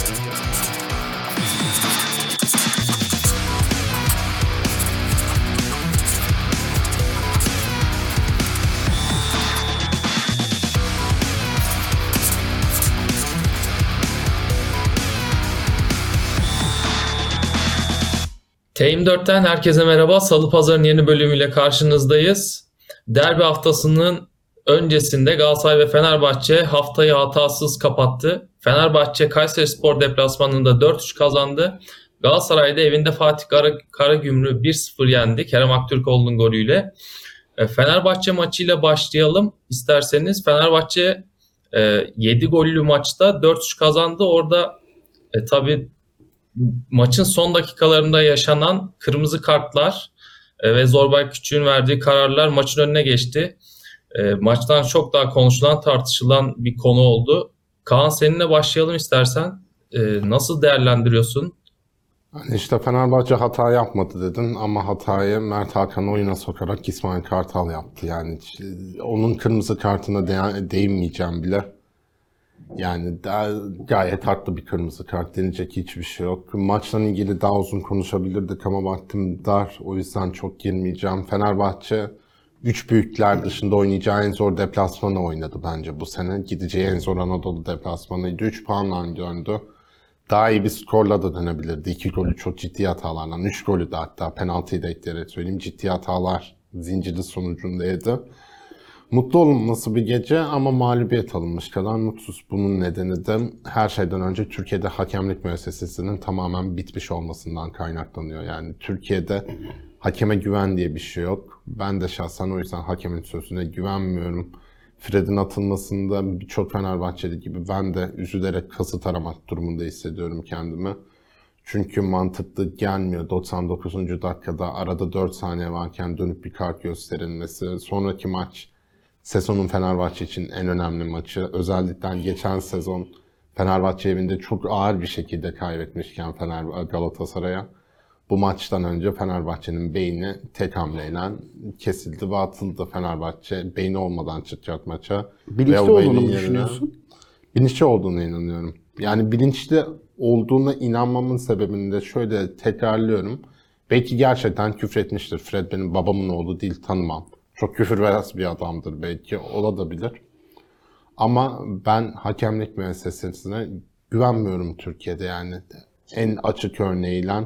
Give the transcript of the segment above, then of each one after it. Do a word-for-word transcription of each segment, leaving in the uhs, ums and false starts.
T yirmi dörtten herkese merhaba. Salı Pazar'ın yeni bölümüyle karşınızdayız. Derbi haftasının öncesinde Galatasaray ve Fenerbahçe haftayı hatasız kapattı. Fenerbahçe Kayserispor deplasmanında dört üç kazandı. Galatasaray'da evinde Fatih Kara, Karagümrük'ü bir sıfır yendi Kerem Aktürkoğlu'nun golüyle. Fenerbahçe maçıyla başlayalım isterseniz. Fenerbahçe e, yedi gollü maçta dört üç kazandı. Orada e, tabii maçın son dakikalarında yaşanan kırmızı kartlar e, ve Zorbay Küçük'ün verdiği kararlar maçın önüne geçti. E, maçtan çok daha konuşulan, tartışılan bir konu oldu. Kaan, seninle başlayalım istersen. E, nasıl değerlendiriyorsun? Yani işte Fenerbahçe hata yapmadı dedin ama hatayı Mert Hakan'ı oyuna sokarak İsmail Kartal yaptı. Yani onun kırmızı kartına de- değinmeyeceğim bile. Yani daha gayet haklı bir kırmızı kart, deneyecek hiçbir şey yok. Maçla ilgili daha uzun konuşabilirdik ama vaktim dar, o yüzden çok girmeyeceğim. Fenerbahçe üç büyükler dışında oynayacağı en zor deplasmanı oynadı bence bu sene. Gideceği en zor Anadolu deplasmanıydı. üç puanla döndü. Daha iyi bir skorla da dönebilirdi. iki golü çok ciddi hatalarla. üç golü de hatta penaltıyı da ekleyerek söyleyeyim. Ciddi hatalar zinciri sonucundaydı. Mutlu olunması bir gece ama mağlubiyet alınmış kadar mutsuz. Bunun nedeni de her şeyden önce Türkiye'de hakemlik müessesesinin tamamen bitmiş olmasından kaynaklanıyor. Yani Türkiye'de hakeme güven diye bir şey yok. Ben de şahsen o yüzden hakemin sözüne güvenmiyorum. Fred'in atılmasında birçok Fenerbahçeli gibi ben de üzülerek kasıt aramak durumunda hissediyorum kendimi. Çünkü mantıklı gelmiyor doksan dokuzuncu dakikada arada dört saniye varken dönüp bir kart gösterilmesi. Sonraki maç sezonun Fenerbahçe için en önemli maçı. Özellikle geçen sezon Fenerbahçe evinde çok ağır bir şekilde kaybetmişken Fener Galatasaray'a bu maçtan önce Fenerbahçe'nin beyni tek hamleyle kesildi ve atıldı. Fenerbahçe beyni olmadan çıkacak maça. Bilinçli olduğunu mu düşünüyorsun? Bilinçli olduğuna inanıyorum. Yani bilinçli olduğuna inanmamın sebebini de şöyle tekrarlıyorum. Belki gerçekten küfretmiştir. Fred benim babamın oğlu değil, tanımam. Çok küfürveras bir adamdır belki, olabilir. Ama ben hakemlik müessesesine güvenmiyorum Türkiye'de yani. En açık örneğiyle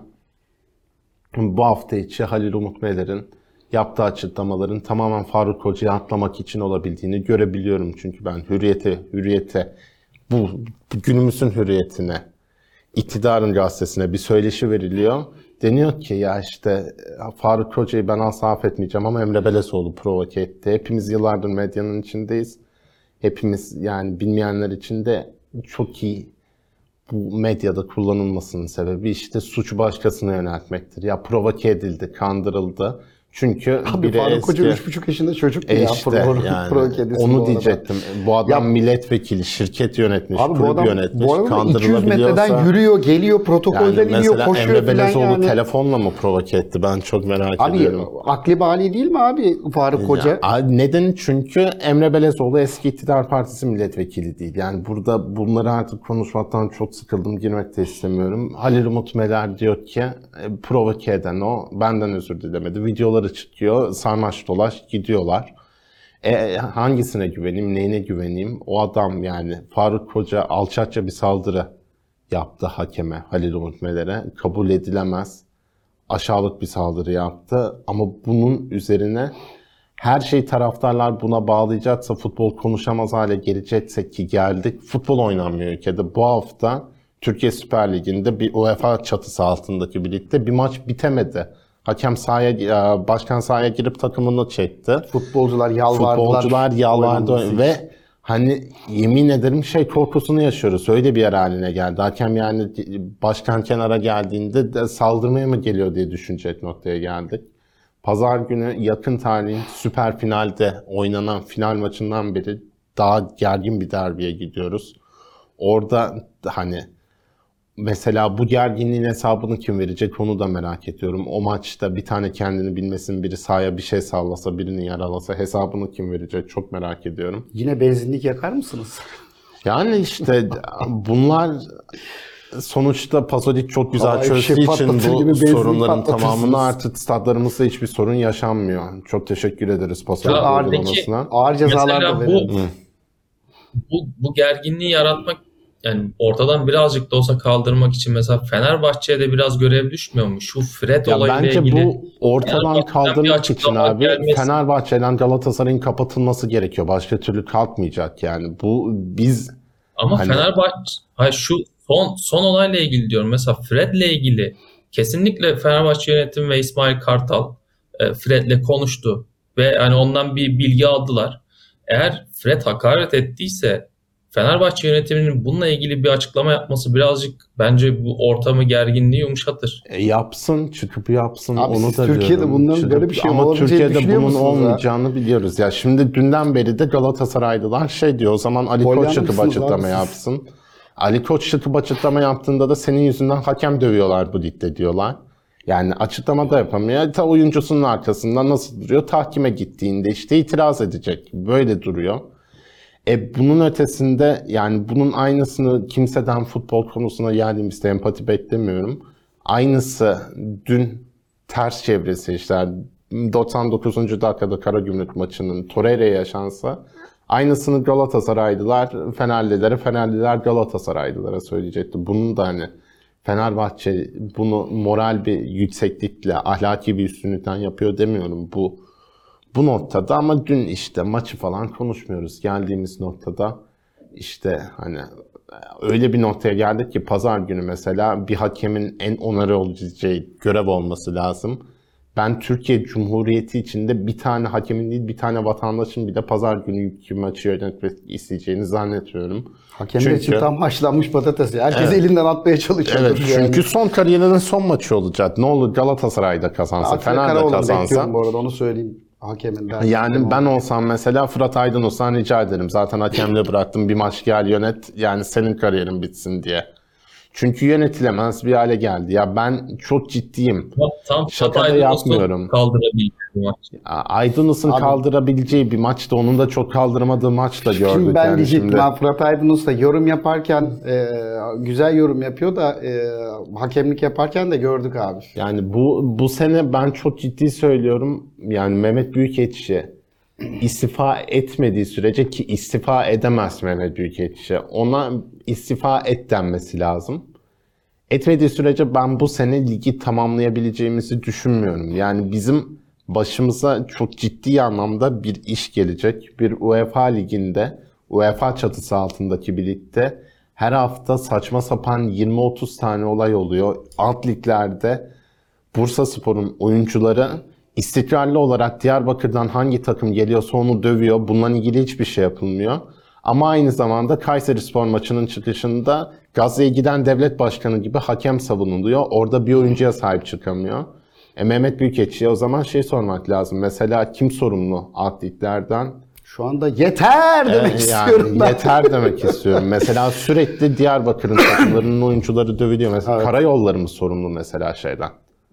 bu hafta içi Halil Umut Meler'in yaptığı açıklamaların tamamen Faruk Hoca'ya atlamak için olabildiğini görebiliyorum. Çünkü ben hürriyete, hürriyete, bu günümüzün hürriyetine, iktidarın gazetesine bir söyleşi veriliyor. Deniyor ki ya işte Faruk Hoca'yı ben asla affetmeyeceğim ama Emre Belezoğlu provoke etti. Hepimiz yıllardır medyanın içindeyiz. Hepimiz, yani bilmeyenler için de çok iyi, bu medyada kullanılmasının sebebi işte suçu başkasına yöneltmektir. Ya provoke edildi, kandırıldı. Çünkü Abi biri Faruk eski... Hoca üç buçuk yaşında çocuk e ya. işte Pro, yani provoke edilsin onu bu diyecektim. Bu adam Ya- milletvekili, şirket yönetmiş, Abi bu kulüp adam yönetmiş, bu arada iki yüz metreden kandırılabiliyorsa... yürüyor, geliyor, protokolden Yani iniyor, mesela koşuyor Emre falan Belezoğlu yani. telefonla mı provoke etti? Ben çok merak Abi ediyorum. akli bali değil mi abi Faruk Hoca? Ya, abi nedeni çünkü Emre Belezoğlu eski iktidar partisi milletvekili değil. Yani burada bunları artık konuşmaktan çok sıkıldım, girmek de istemiyorum. Halil Umut Meler diyor ki e, provoke eden o, benden özür dilemedi. Videoları çıkıyor, sarmaş dolaş gidiyorlar. E, hangisine güveneyim, neyine güveneyim? O adam, yani Faruk Hoca alçakça bir saldırı yaptı hakeme, Halil Umut Meler'e. Kabul edilemez. Aşağılık bir saldırı yaptı ama bunun üzerine her şey taraftarlar buna bağlayacaksa, futbol konuşamaz hale gelecekse ki geldik. Futbol oynanmıyor ülkede. Bu hafta Türkiye Süper Ligi'nde bir UEFA çatısı altındaki birlikte bir maç bitemedi. Hakem sahaya, başkan sahaya girip takımını çekti. Futbolcular yalvardılar. Futbolcular yalvardı oynaması ve için. hani yemin ederim şey korkusunu yaşıyoruz. Öyle bir yer haline geldi. Hakem yani başkan kenara geldiğinde de saldırmaya mı geliyor diye düşünecek noktaya geldik. Pazar günü yakın tarihin süper finalde oynanan final maçından beri daha gergin bir derbiye gidiyoruz. Orada hani mesela bu gerginliğin hesabını kim verecek onu da merak ediyorum. O maçta bir tane kendini bilmesin, biri sahaya bir şey sallasa, birini yaralasa hesabını kim verecek çok merak ediyorum. Yine benzinlik yakar mısınız? Yani işte bunlar sonuçta Pasolik çok güzel Havai çözdüğü fişek için patlatır gibi bu benzin sorunların patlatırsınız. tamamını artık stadlarımızda hiçbir sorun yaşanmıyor. Çok teşekkür ederiz Pasolik Ya ağırdaki- uygulamasına. Ağır cezalar Mesela da bu, verelim. bu bu gerginliği yaratmak, yani ortadan birazcık da olsa kaldırmak için mesela Fenerbahçe'ye de biraz görev düşmüyor mu? Şu Fred Ya olayıyla bence ilgili bu ortadan Fenerbahçe'den bir kaldırmak için açıklama abi gelmesi- Fenerbahçe'den Galatasaray'ın kapatılması gerekiyor. Başka türlü kalkmayacak yani. Bu biz ama Hani- Fenerbahçe, hayır, şu son son olayla ilgili diyorum. Mesela Fred'le ilgili kesinlikle Fenerbahçe yönetimi ve İsmail Kartal e, Fred'le konuştu ve hani ondan bir bilgi aldılar. Eğer Fred hakaret ettiyse Fenerbahçe yönetiminin bununla ilgili bir açıklama yapması birazcık bence bu ortamı, gerginliği yumuşatır. E, yapsın, çıkıp yapsın. Abi onu siz da Türkiye'de diyorum. bundan Çıkıp- böyle bir şey Ama olabileceğini Türkiye'de düşünüyor bunun musunuz ya? olmayacağını biliyoruz. Ya şimdi dünden beri de Galatasaraylılar şey diyor. O zaman Ali Koç Polyanlı çıkıp mısınız açıklama abi siz? yapsın. Ali Koç çıkıp açıklama yaptığında da senin yüzünden hakem dövüyorlar bu ligde diyorlar. Yani açıklama da yapamıyor. Ta oyuncusunun arkasında nasıl duruyor? Tahkime gittiğinde işte itiraz edecek. Böyle duruyor. E bunun ötesinde yani bunun aynısını kimseden futbol konusuna geldiğimizde empati beklemiyorum. Aynısı dün ters çevresi işte doksan dokuzuncu dakikada Karagümrük maçının Torreira'ya yaşansa aynısını Galatasaraylılar Fenerlilere, Fenerliler Galatasaraylılara söyleyecekti. Bunun da hani Fenerbahçe bunu moral bir yükseklikle, ahlaki bir üstünlükten yapıyor demiyorum. Bu Bu noktada ama dün işte maçı falan konuşmuyoruz. Geldiğimiz noktada işte hani öyle bir noktaya geldik ki pazar günü mesela bir hakemin en onarı olacağı görev olması lazım. Ben Türkiye Cumhuriyeti içinde bir tane hakemin değil bir tane vatandaşın bile pazar günü maçı yönetmek isteyeceğini zannetmiyorum. Hakemler için Çünkü- tam haşlanmış patates. Herkes Evet. elinden atmaya çalışıyor. Evet çünkü son kariyerinin son maçı olacak. Ne olur Galatasaray'da kazansa, Fener'de kazansa. bekliyorum bu arada onu söyleyeyim. Hakeminden. Yani ben olsam mesela Fırat Aydınus'tan rica ederim. Zaten hakemle bıraktım bir maç gel yönet. Yani senin kariyerin bitsin diye. Çünkü yönetilemez bir hale geldi. Ya ben çok ciddiyim. Tam Şaka da Hatay'da yapmıyorum. nasıl kaldırabildiği bir maç. Aydınus'un Abi- kaldırabileceği bir maçtı. Onun da çok kaldıramadığı maç da gördük. Şimdi ben yani diyecektim şimdi. ben Fırat Aydınus da yorum yaparken e, güzel yorum yapıyor da e, hakemlik yaparken de gördük abi. Yani bu bu sene ben çok ciddi söylüyorum. Yani Mehmet Büyükekşi istifa etmediği sürece ki istifa edemez Mehmet Büyükekşi. Ona istifa et denmesi lazım. Etmediği sürece ben bu sene ligi tamamlayabileceğimizi düşünmüyorum. Yani bizim başımıza çok ciddi anlamda bir iş gelecek. Bir UEFA liginde, UEFA çatısı altındaki bir ligde her hafta saçma sapan yirmi otuz tane olay oluyor. Alt liglerde Bursaspor'un oyuncuları istikrarlı olarak Diyarbakır'dan hangi takım geliyorsa onu dövüyor. Bununla ilgili hiçbir şey yapılmıyor. Ama aynı zamanda Kayserispor maçının çıkışında Gazze'ye giden devlet başkanı gibi hakem savunuluyor. Orada bir oyuncuya sahip çıkamıyor. E Mehmet Büyükekşi'ye o zaman şey sormak lazım. Mesela kim sorumlu alt liglerden? Şu anda yeter demek E, istiyorum yani ben. yeter demek istiyorum. Mesela sürekli Diyarbakır'ın takımlarının oyuncuları dövülüyor. Mesela Evet. Karayolları mı sorumlu mesela şeyden?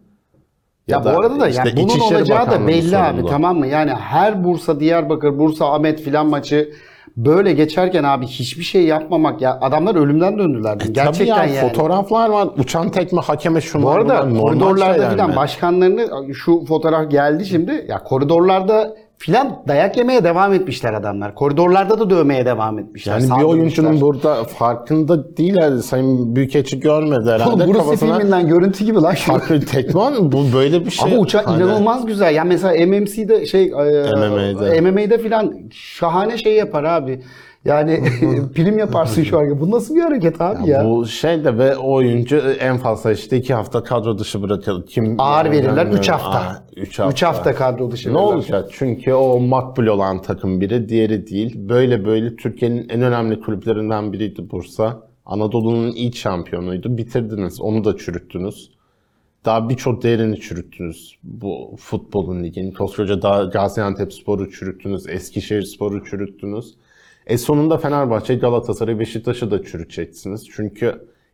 Ya, bu arada da işte yani bunun İçişleri olacağı da Bakanlığı belli abi, sorumlu. tamam mı? Yani her Bursa, Diyarbakır, Bursa, Ahmet filan maçı böyle geçerken abi hiçbir şey yapmamak ya, adamlar ölümden döndüler. Gerçekten Tabii ya, yani. fotoğraflar var. Uçan tekme hakeme şunlar Bu arada bunlar, normal koridorlarda şeyler filan mi? başkanlarını, şu fotoğraf geldi şimdi. Ya koridorlarda filan dayak yemeye devam etmişler adamlar. Koridorlarda da dövmeye devam etmişler. Yani bir saldırmışlar. oyuncunun burada farkında değil herhalde. Sayın Büyükekşi görmedi herhalde. Oğlum burası Kafasına filminden görüntü gibi lan şu. farklı tekme var mı? Bu böyle bir şey. Ama uçak Hani- inanılmaz güzel. Yani mesela M M C'de şey M M A'de. M M A'de filan şahane şey yapar abi. Yani prim yaparsın şu an. Bu nasıl bir hareket abi ya? Bu şey de ve o oyuncu en fazla işte iki hafta kadro dışı bırakılır. Kim Ağır verirler bilmiyorum. üç hafta. Aa, üç hafta. üç hafta kadro dışı. Ne verirler. olacak? Çünkü o makbul olan takım biri, diğeri değil. Böyle böyle Türkiye'nin en önemli kulüplerinden biriydi Bursa. Anadolu'nun ilk şampiyonuydu. Bitirdiniz. Onu da çürüttünüz. Daha birçok değerini çürüttünüz. Bu futbolun ligin. Koskoca daha Gaziantepspor'u çürüttünüz. Eskişehirspor'u çürüttünüz. E sonunda Fenerbahçe, Galatasaray, Beşiktaş'ı da çürüteceksiniz. Çünkü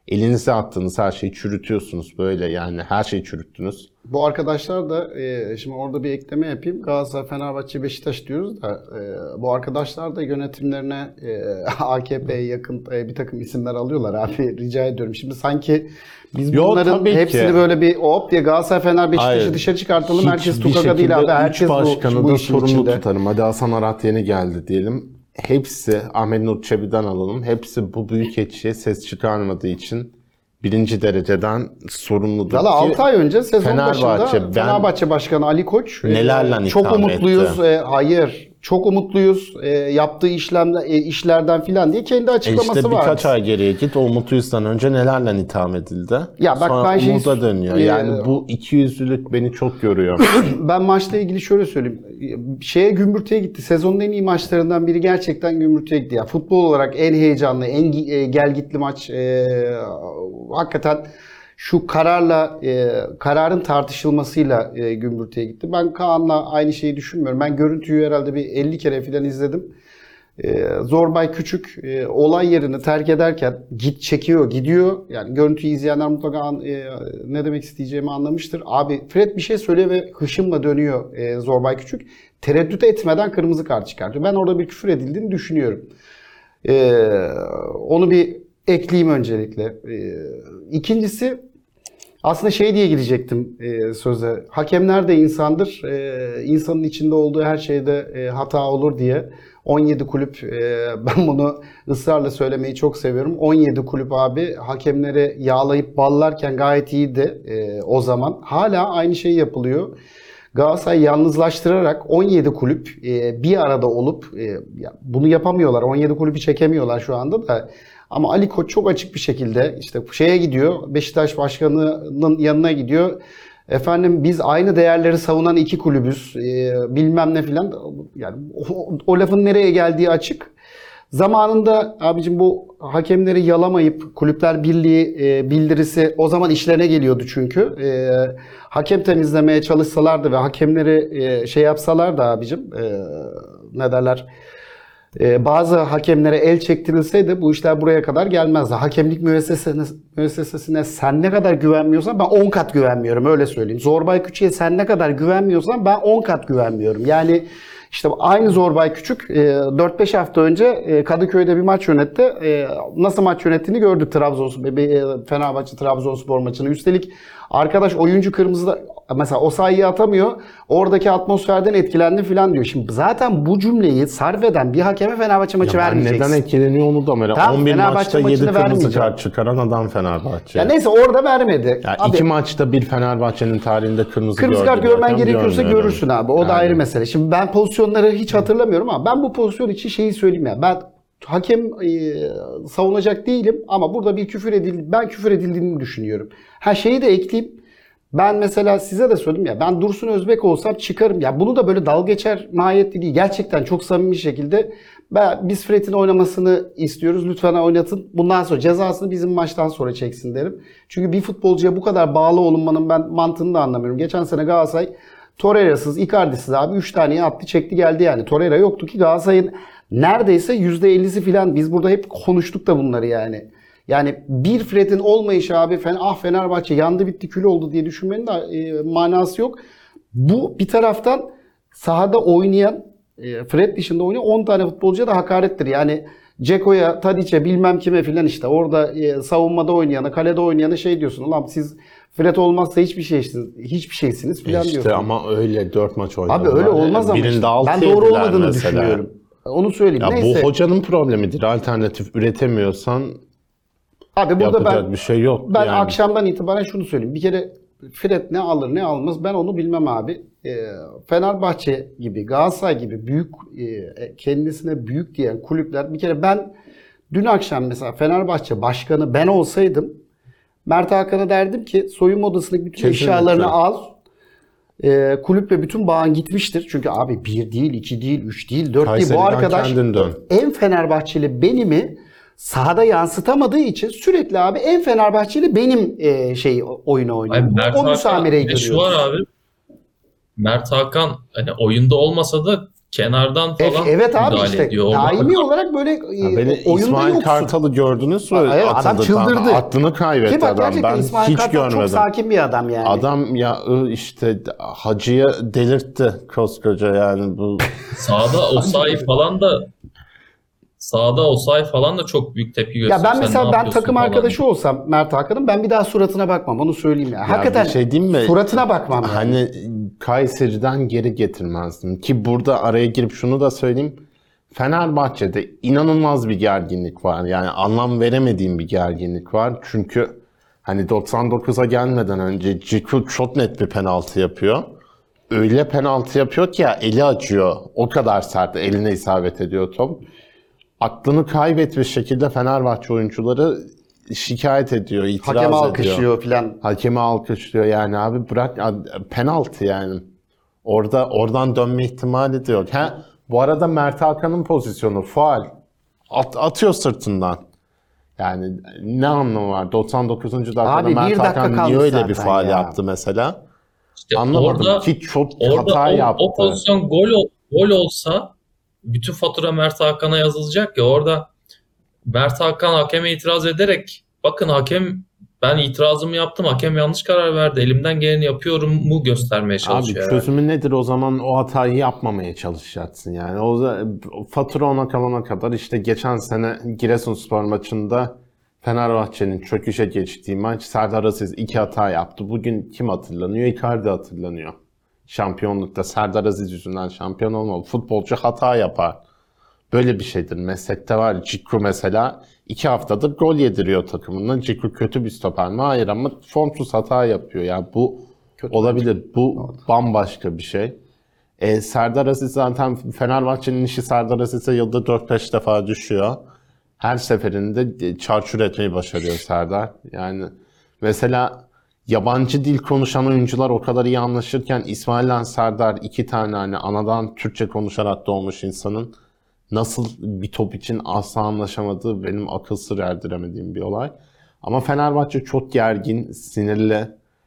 elinize attığınız her şeyi çürütüyorsunuz böyle, yani her şeyi çürüttünüz. Bu arkadaşlar da e, şimdi orada bir ekleme yapayım. Galatasaray, Fenerbahçe, Beşiktaş diyoruz da e, bu arkadaşlar da yönetimlerine e, A K P'ye yakın e, bir takım isimler alıyorlar abi. Rica ediyorum. Şimdi sanki biz Yo, bunların tabii hepsini ki. böyle bir hop diye Galatasaray, Fener, Beşiktaş'ı Hayır. dışarı çıkartalım. Herkes Hiçbir tukaka değil abi. şekilde Herkes üç bu, başkanı bu da işin sorumlu içinde. tutarım. Hadi Hasan Arat yeni geldi diyelim. Hepsi, Ahmet Nur Çebi'den alalım. Hepsi bu büyükelçiye ses çıkarmadığı için birinci dereceden sorumludur Valla ki altı ay önce sezon Fenerbahçe, başında ben- Fenerbahçe Başkanı Ali Koç e, Nelerle çok itham umutluyuz. etti? E, hayır. Çok umutluyuz. E, yaptığı işlemler, e, işlerden filan diye kendi E açıklaması işte var. birkaç ay geriye git. O Mutluyuz'dan önce nelerle itham edildi. Ya bak Sonra ben şey- umuda dönüyor. e, Yani bu ikiyüzlülük beni çok yoruyor. Ben maçla ilgili şöyle söyleyeyim. Şeye Gümbürtü'ye gitti. Sezonun en iyi maçlarından biri gerçekten Gümbürtü'ye gitti. Ya futbol olarak en heyecanlı, en gi- e, gelgitli maç. E, hakikaten şu kararla e, kararın tartışılmasıyla e, Gümbürtü'ye gitti. Ben Kaan'la aynı şeyi düşünmüyorum. Ben görüntüyü herhalde bir elli kere falan izledim. E, Zorbay Küçük e, olay yerini terk ederken git çekiyor, gidiyor. Yani görüntüyü izleyenler mutlaka an- e, ne demek isteyeceğimi anlamıştır. Abi Fred bir şey söylüyor ve hışımla dönüyor e, Zorbay Küçük. Tereddüt etmeden kırmızı kart çıkartıyor. Ben orada bir küfür edildiğini düşünüyorum. E, onu bir ekleyeyim öncelikle. E, ikincisi aslında şey diye girecektim e, söze. Hakemler de insandır. E, insanın içinde olduğu her şeyde e, hata olur diye. on yedi kulüp, e, ben bunu ısrarla söylemeyi çok seviyorum. on yedi kulüp abi hakemleri yağlayıp ballarken gayet iyiydi e, o zaman. Hala aynı şey yapılıyor. Galatasaray yalnızlaştırarak on yedi kulüp e, bir arada olup e, ya bunu yapamıyorlar. on yedi kulübü çekemiyorlar şu anda da. Ama Ali Koç çok açık bir şekilde işte şeye gidiyor. Beşiktaş Başkanı'nın yanına gidiyor. Efendim biz aynı değerleri savunan iki kulübüz. E, bilmem ne filan. Yani o, o lafın nereye geldiği açık. Zamanında abicim bu hakemleri yalamayıp Kulüpler Birliği e, bildirisi o zaman işlerine geliyordu çünkü. E, hakem temizlemeye çalışsalardı ve hakemleri e, şey yapsalardı abicim e, ne derler e, bazı hakemlere el çektirilseydi bu işler buraya kadar gelmezdi. Hakemlik müessesesine, müessesesine sen ne kadar güvenmiyorsan ben on kat güvenmiyorum öyle söyleyeyim. Zorbay Küçük'e sen ne kadar güvenmiyorsan ben on kat güvenmiyorum. Yani İşte aynı Zorbay Küçük dört beş hafta önce Kadıköy'de bir maç yönetti. Nasıl maç yönettiğini gördük Trabzonspor, Fenerbahçe Trabzonspor maçını. Üstelik arkadaş oyuncu kırmızıda mesela o sayıyı atamıyor. Oradaki atmosferden etkilendi falan diyor. Şimdi zaten bu cümleyi sarf eden bir hakeme Fenerbahçe maçı Ya ben vermeyeceksin. neden etkileniyor onu da merak. Tamam, on bir Fenerbahçe maçta yedi maçını kırmızı vermeyeceğim. kart çıkaran adam Fenerbahçe. Ya neyse orada vermedi. Ya Abi, iki maçta bir Fenerbahçe'nin tarihinde kırmızı, kırmızı kart gördüm görmen zaten, gerekiyorsa görmüyorum. görürsün abi. O da Yani. ayrı mesele. Şimdi ben pozisyonları hiç hatırlamıyorum ama ben bu pozisyon için şeyi söyleyeyim ya. Ben hakem e, savunacak değilim ama burada bir küfür edildi. Ben küfür edildiğini düşünüyorum. Ha şeyi de ekleyeyim. Ben mesela size de söyledim ya ben Dursun Özbek olsam çıkarım. Ya bunu da böyle dalga geçer mahiyetli değil. Gerçekten çok samimi şekilde ben, biz Fred'in oynamasını istiyoruz. Lütfen oynatın. Bundan sonra cezasını bizim maçtan sonra çeksin derim. Çünkü bir futbolcuya bu kadar bağlı olunmanın ben mantığını da anlamıyorum. Geçen sene Galatasaray Torreira'sız, Icardi'siz abi üç taneyi attı çekti geldi yani. Torreira yoktu ki Galatasaray'ın neredeyse yüzde ellisi falan biz burada hep konuştuk da bunları yani. Yani bir Fred'in olmayışı abi Fen ah Fenerbahçe yandı bitti kül oldu diye düşünmenin de e, manası yok. Bu bir taraftan sahada oynayan e, Fred dışında oynayan on tane futbolcuya da hakarettir. Yani Ceko'ya, Tadic'e bilmem kime filan işte orada e, savunmada oynayana, kalede oynayana şey diyorsun. Ulan siz Fred olmazsa hiçbir şeysiniz, hiçbir şeysiniz filan İşte diyorsun. ama öyle dört maç oynadılar. Abi öyle olmaz ama Birinde işte. altı Ben doğru yediler olmadığını mesela. düşünüyorum. Onu söyleyeyim. Ya Neyse. bu hocanın problemidir. Alternatif üretemiyorsan Abi burada yapacak ben bir şey yok. Ben yani. akşamdan itibaren şunu söyleyeyim. Bir kere Fred ne alır ne almaz ben onu bilmem abi. E, Fenerbahçe gibi, Galatasaray gibi büyük e, kendisine büyük diyen kulüpler bir kere ben dün akşam mesela Fenerbahçe başkanı ben olsaydım Mert Hakan'a derdim ki soyunma odasındaki bütün Kesinlikle. eşyalarını al. E, kulüple bütün bağın gitmiştir. Çünkü abi bir değil, iki değil, üç değil, dört değil. Bu Kayseri'den arkadaş kendin dön. en Fenerbahçeli benimi sahada yansıtamadığı için sürekli abi en Fenerbahçeli benim e, şey oyunu oynuyor. Ay, Mert O Hakan, müsamereyi bir de şu görüyoruz. var abi. Mert Hakan hani oyunda olmasa da kenardan E- falan evet abi müdahale işte ediyor. Orada- daimi olarak böyle Ya e, beni oyunda İsmail yoksun. Kartal'ı gördünüz mü? Aa, evet, adam Atıldıktan. çıldırdı. Aklını kaybetti Ki bak adam. gerçekten Ben İsmail hiç Kartal çok görmedim. sakin bir adam yani. Adam ya ı, işte Hacı'yı delirtti koskoca yani bu. Sağda Osayi falan da sağda Osayi falan da çok büyük tepki Ya gösteriyor. ben Sen mesela ne ben yapıyorsun takım falan. arkadaşı olsam Mert Hakan'ın ben bir daha suratına bakmam. Onu söyleyeyim ya. Ya Hakikaten bir şey diyeyim mi? suratına bakmam yani. Hani Kayseri'den geri getirmezdim. Ki burada araya girip şunu da söyleyeyim. Fenerbahçe'de inanılmaz bir gerginlik var. Yani anlam veremediğim bir gerginlik var. Çünkü hani doksan dokuza gelmeden önce Ciku çok net bir penaltı yapıyor. Öyle penaltı yapıyor ki ya eli acıyor. O kadar sert eline isabet ediyor top. Aklını kaybetmiş şekilde Fenerbahçe oyuncuları şikayet ediyor, itiraz Hakeme ediyor. alkışlıyor filan. Hakemi alkışlıyor yani abi bırak penaltı yani. Orada oradan dönme ihtimali de yok. Ha, bu arada Mert Hakan'ın pozisyonu faul. At, atıyor sırtından. Yani ne anlamı var? doksan dokuzuncu dakikada Abi, bir Mert dakika Hakan niye kalmış öyle bir zaten faul ya. yaptı mesela? İşte Anlamadım orada, ki çok orada hata o, yaptı. o pozisyon gol, ol- gol olsa bütün fatura Mert Hakan'a yazılacak ya, orada Mert Hakan hakeme itiraz ederek bakın hakem ben itirazımı yaptım, hakem yanlış karar verdi, elimden geleni yapıyorum mu göstermeye Abi çalışıyor. herhalde. çözümü nedir o zaman? O hatayı yapmamaya çalışacaksın yani. O da- fatura ona kalana kadar işte geçen sene Giresunspor maçında Fenerbahçe'nin çöküşe geçtiği maç Serdar Aziz iki hata yaptı. Bugün kim hatırlanıyor? Icardi hatırlanıyor. Şampiyonlukta Serdar Aziz yüzünden şampiyon olmalı. Futbolcu hata yapar. Böyle bir şeydir. Meslekte var. Ciku mesela iki haftadır gol yediriyor takımına. Ciku kötü bir stoper mi? Hayır ama formsuz hata yapıyor. Yani bu Kötü olabilir. Bu bambaşka bir şey. E, Serdar Aziz zaten Fenerbahçe'nin işi Serdar Aziz'e yılda dört beş defa düşüyor. Her seferinde çarçur etmeyi başarıyor Serdar. Yani mesela yabancı dil konuşan oyuncular o kadar iyi anlaşırken İsmail'le Serdar iki tane hani anadan Türkçe konuşarak doğmuş insanın nasıl bir top için asla anlaşamadığı benim akıl sır erdiremediğim bir olay. Ama Fenerbahçe çok gergin, sinirli,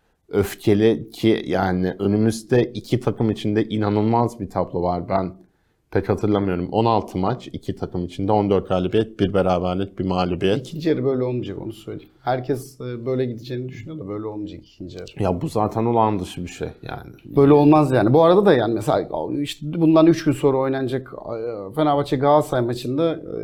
öfkeli ki yani önümüzde iki takım içinde inanılmaz bir tablo var. Ben pek hatırlamıyorum. on altı maç iki takım içinde on dört galibiyet, bir beraberlik, bir mağlubiyet. İkinci yarı böyle olmayacak, onu söyleyeyim. Herkes e, böyle gideceğini düşünüyor da böyle olmayacak ikinci yarı. Ya bu zaten olağan dışı bir şey yani. Böyle olmaz yani. Bu arada da yani mesela işte bundan üç gün sonra oynanacak e, Fenerbahçe Galatasaray maçında e,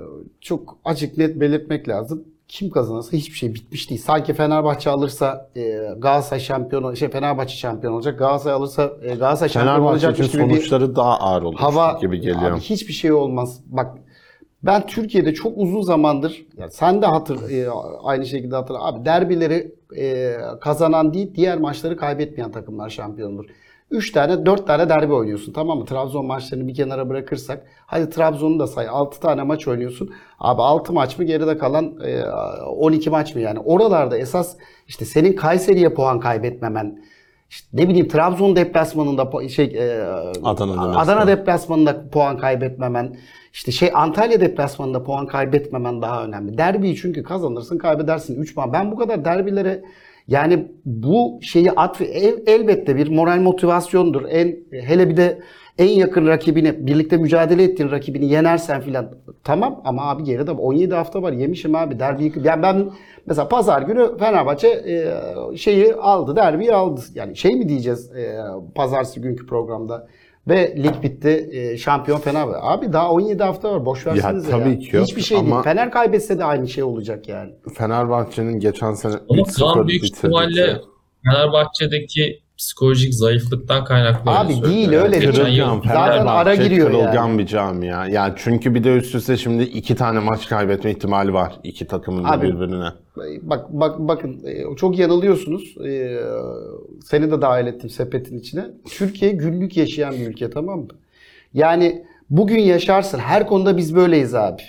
çok açık net belirtmek lazım. Kim kazanırsa hiçbir şey bitmiş değil. Sanki Fenerbahçe alırsa e, Galatasaray şampiyon, şey Fenerbahçe şampiyon olacak. Galatasaray alırsa e, Galatasaray şampiyon Fenerbahçe olacakmış için gibi bir sonuçları daha ağır olur hava gibi geliyor. Abi hiçbir şey olmaz. Bak ben Türkiye'de çok uzun zamandır, yani sen de hatır e, aynı şekilde hatırla abi, derbileri e, kazanan değil diğer maçları kaybetmeyen takımlar şampiyondur. üç tane dört tane derbi oynuyorsun, tamam mı? Trabzon maçlarını bir kenara bırakırsak hadi Trabzon'u da say, altı tane maç oynuyorsun. Abi altı maç mı geride kalan e, on iki maç mı yani? Oralarda esas işte senin Kayseri'ye puan kaybetmemen, İşte ne bileyim Trabzon deplasmanında po- şey e, Adana Demirspor. Adana deplasmanında puan kaybetmemen, işte şey Antalya deplasmanında puan kaybetmemen daha önemli. Derbiyi çünkü kazanırsın, kaybedersin üç puan. Ben bu kadar derbilere yani bu şeyi atf el, elbette bir moral motivasyondur. En hele bir de en yakın rakibini, birlikte mücadele ettiğin rakibini yenersen filan tamam, ama abi geride on yedi hafta var, yemişim abi derbiyi. Yani ben mesela pazar günü Fenerbahçe e, şeyi aldı, derbiyi aldı. Yani şey mi diyeceğiz e, pazartesi günkü programda ve lig bitti, e, şampiyon Fenerbahçe. Abi daha on yedi hafta var, boş versiniz ya. tabii ki yok Hiçbir şey değil. ama- Fener kaybetse de aynı şey olacak yani. Fenerbahçe'nin geçen sene Ama üç şu an sıfır büyük bitirdi. ihtimalle Fenerbahçe'deki psikolojik zayıflıktan kaynaklı. Abi öyle değil, söylüyorum. öyle değil. Geçen yıl Kırılgan, Zaten Fenerbahçe ara giriyor kırılgan yani. bir camia. Yani çünkü bir de üst üste şimdi iki tane maç kaybetme ihtimali var iki takımın da Abi, birbirine. Bak bak bakın e, çok yanılıyorsunuz. E, Seni de dahil ettim sepetin içine. Türkiye günlük yaşayan bir ülke, tamam mı? Yani bugün yaşarsın. Her konuda biz böyleyiz abi.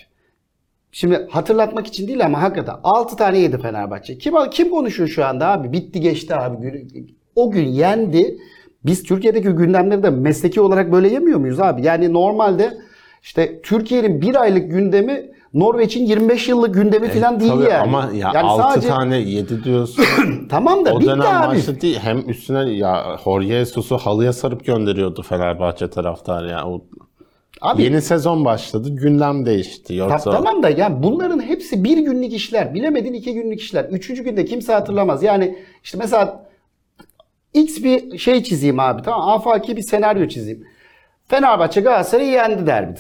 Şimdi hatırlatmak için değil ama hakikaten altı tane yedi Fenerbahçe. Kim kim konuşuyor şu anda abi? Bitti geçti abi. O gün yendi. Biz Türkiye'deki gündemleri de mesleki olarak böyle yemiyor muyuz abi? Yani normalde işte Türkiye'nin bir aylık gündemi Norveç'in yirmi beş yıllık gündemi falan değil Tabii yani. ama ya yani altı sadece tane yedi diyorsun. tamam da O bitti dönem abi. başta değil. Hem üstüne ya Jorge Jesus'u halıya sarıp gönderiyordu Fenerbahçe taraftarı ya. O Abi yeni sezon başladı. Gündem değişti. Ta- Yoksa tamam da yani bunların hepsi bir günlük işler. Bilemedin iki günlük işler. Üçüncü günde kimse hatırlamaz. Yani işte mesela X bir şey çizeyim abi, tamam, afaki bir senaryo çizeyim. Fenerbahçe Galatasaray'ı yendi derbide.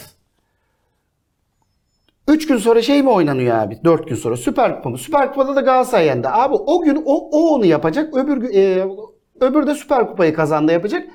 Üç gün sonra şey mi oynanıyor abi? Dört gün sonra Süper Kupa mı? Süper Kupa'da da Galatasaray yendi. Abi o gün o, o onu yapacak. Öbür gün- e, öbür de Süper Kupayı kazandı yapacak.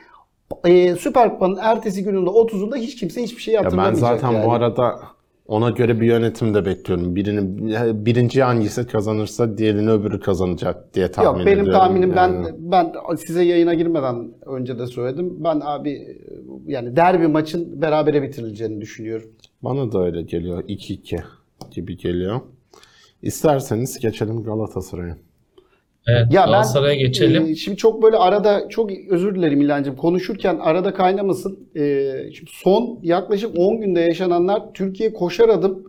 E, Süper Kupa'nın ertesi gününde otuzunda hiç kimse hiçbir şey ya ben hatırlamayacak. zaten yani. bu arada ona göre bir yönetim de bekliyorum. Birini birinci hangisi kazanırsa diğerini öbürü kazanacak diye tahmin Yok benim ediyorum. tahminim Yani. ben ben size yayına girmeden önce de söyledim. Ben abi yani derbi maçın berabere bitirileceğini düşünüyorum. Bana da öyle geliyor. iki iki gibi geliyor. İsterseniz geçelim Galatasaray'a. Evet, Ya ben Galatasaray'a geçelim. e, şimdi çok böyle arada çok özür dilerim İlhancığım, konuşurken arada kaynamasın. E, şimdi son yaklaşık on günde yaşananlar Türkiye koşar adım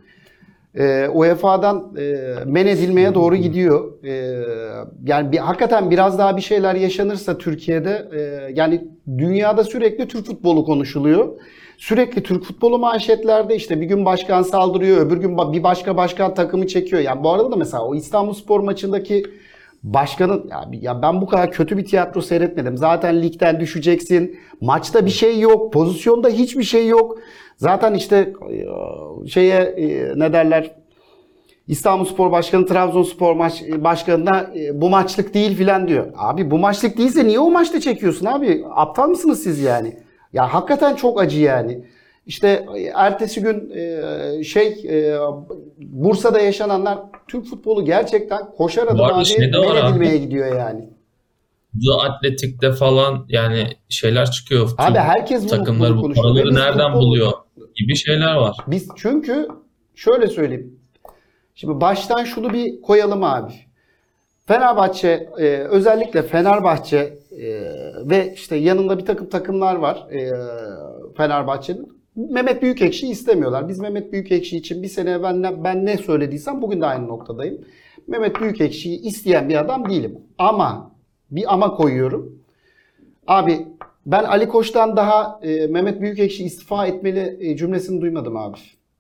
e, U E F A'dan e, men edilmeye doğru gidiyor. E, yani bir, hakikaten biraz daha bir şeyler yaşanırsa Türkiye'de e, yani dünyada sürekli Türk futbolu konuşuluyor. Sürekli Türk futbolu manşetlerde, işte bir gün başkan saldırıyor, öbür gün ba- bir başka başkan takımı çekiyor. Yani bu arada da mesela o İstanbulspor maçındaki başkanın ya, ya ben bu kadar kötü bir tiyatro seyretmedim. Zaten ligden düşeceksin. Maçta bir şey yok. Pozisyonda hiçbir şey yok. Zaten işte şeye e, ne derler? İstanbulspor Başkanı Trabzonspor maç başkanına e, bu maçlık değil filan diyor. Abi bu maçlık değilse niye o maçta çekiyorsun abi? Aptal mısınız siz yani? Ya hakikaten çok acı yani. İşte ertesi gün e, şey e, Bursa'da yaşananlar, Türk futbolu gerçekten koşar adım Bu arada abi şey de var men abi. edilmeye gidiyor yani. The Athletic'te falan yani şeyler çıkıyor. Abi Tüm herkes bunu, takımlar bunu bu konuşuyor. Ve paraları biz nereden futbol- buluyor gibi şeyler var. Biz çünkü şöyle söyleyeyim. Şimdi baştan şunu bir koyalım abi. Fenerbahçe e, özellikle Fenerbahçe e, ve işte yanında bir takım takımlar var e, Fenerbahçe'nin. Mehmet Büyükekşi istemiyorlar. Biz Mehmet Büyükekşi için bir sene ben ne, ben ne söylediysem bugün de aynı noktadayım. Mehmet Büyükekşi'yi isteyen bir adam değilim. Ama bir ama koyuyorum. Abi ben Ali Koç'tan daha e, Mehmet Büyükekşi istifa etmeli e, cümlesini duymadım abi.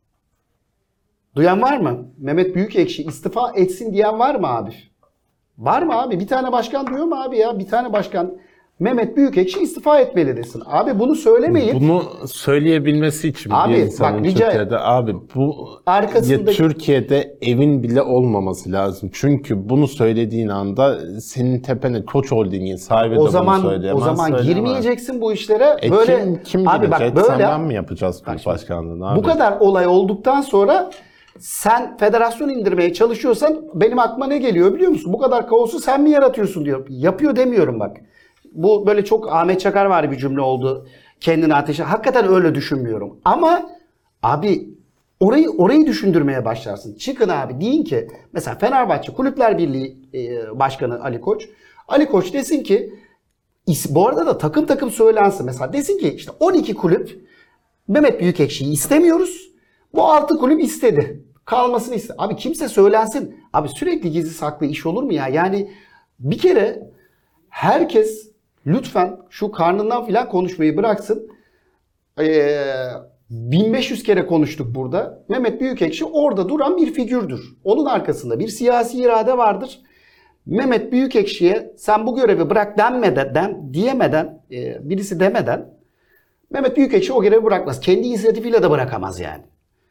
Duyan var mı? Mehmet Büyükekşi istifa etsin diyen var mı abi? Var mı abi? Bir tane başkan diyor mu abi ya? Bir tane başkan Mehmet Büyükekşi istifa etmeli desin. Abi bunu söylemeyin. Bunu söyleyebilmesi için Abi, bir insanın bak rica- Türkiye'de abi bu Arkasındaki- ya Türkiye'de evin bile olmaması lazım. Çünkü bunu söylediğin anda senin tepene Koç Holding'in sahibi de O bunu zaman söyleyemez. o zaman söyleyemez. girmeyeceksin bu işlere. E böyle kim, kim abi girecek? bak Sen böyle ben mi yapacağız kulüp başkanlığını abi? bu kadar olay olduktan sonra sen federasyon indirmeye çalışıyorsan benim aklıma ne geliyor biliyor musun? Bu kadar kaosu sen mi yaratıyorsun diyor. Yapıyor demiyorum bak. Bu böyle çok Ahmet Çakar var bir cümle oldu. Kendini ateşe. Hakikaten öyle düşünmüyorum. Ama abi orayı orayı düşündürmeye başlarsın. Çıkın abi deyin ki mesela Fenerbahçe Kulüpler Birliği e, Başkanı Ali Koç. Ali Koç desin ki is- bu arada da takım takım söylensin. Mesela desin ki işte on iki kulüp Mehmet Büyükekşi'yi istemiyoruz. Bu altı kulüp istedi. Kalmasını istedi. Abi kimse söylensin. Abi sürekli gizli saklı iş olur mu ya? Yani bir kere herkes lütfen şu karnından filan konuşmayı bıraksın. Ee, bin beş yüz kere konuştuk burada. Mehmet Büyükekşi orada duran bir figürdür. Onun arkasında bir siyasi irade vardır. Mehmet Büyükekşi'ye sen bu görevi bırak denmeden, den, diyemeden, e, birisi demeden Mehmet Büyükekşi o görevi bırakmaz. Kendi inisiyatifiyle de bırakamaz yani.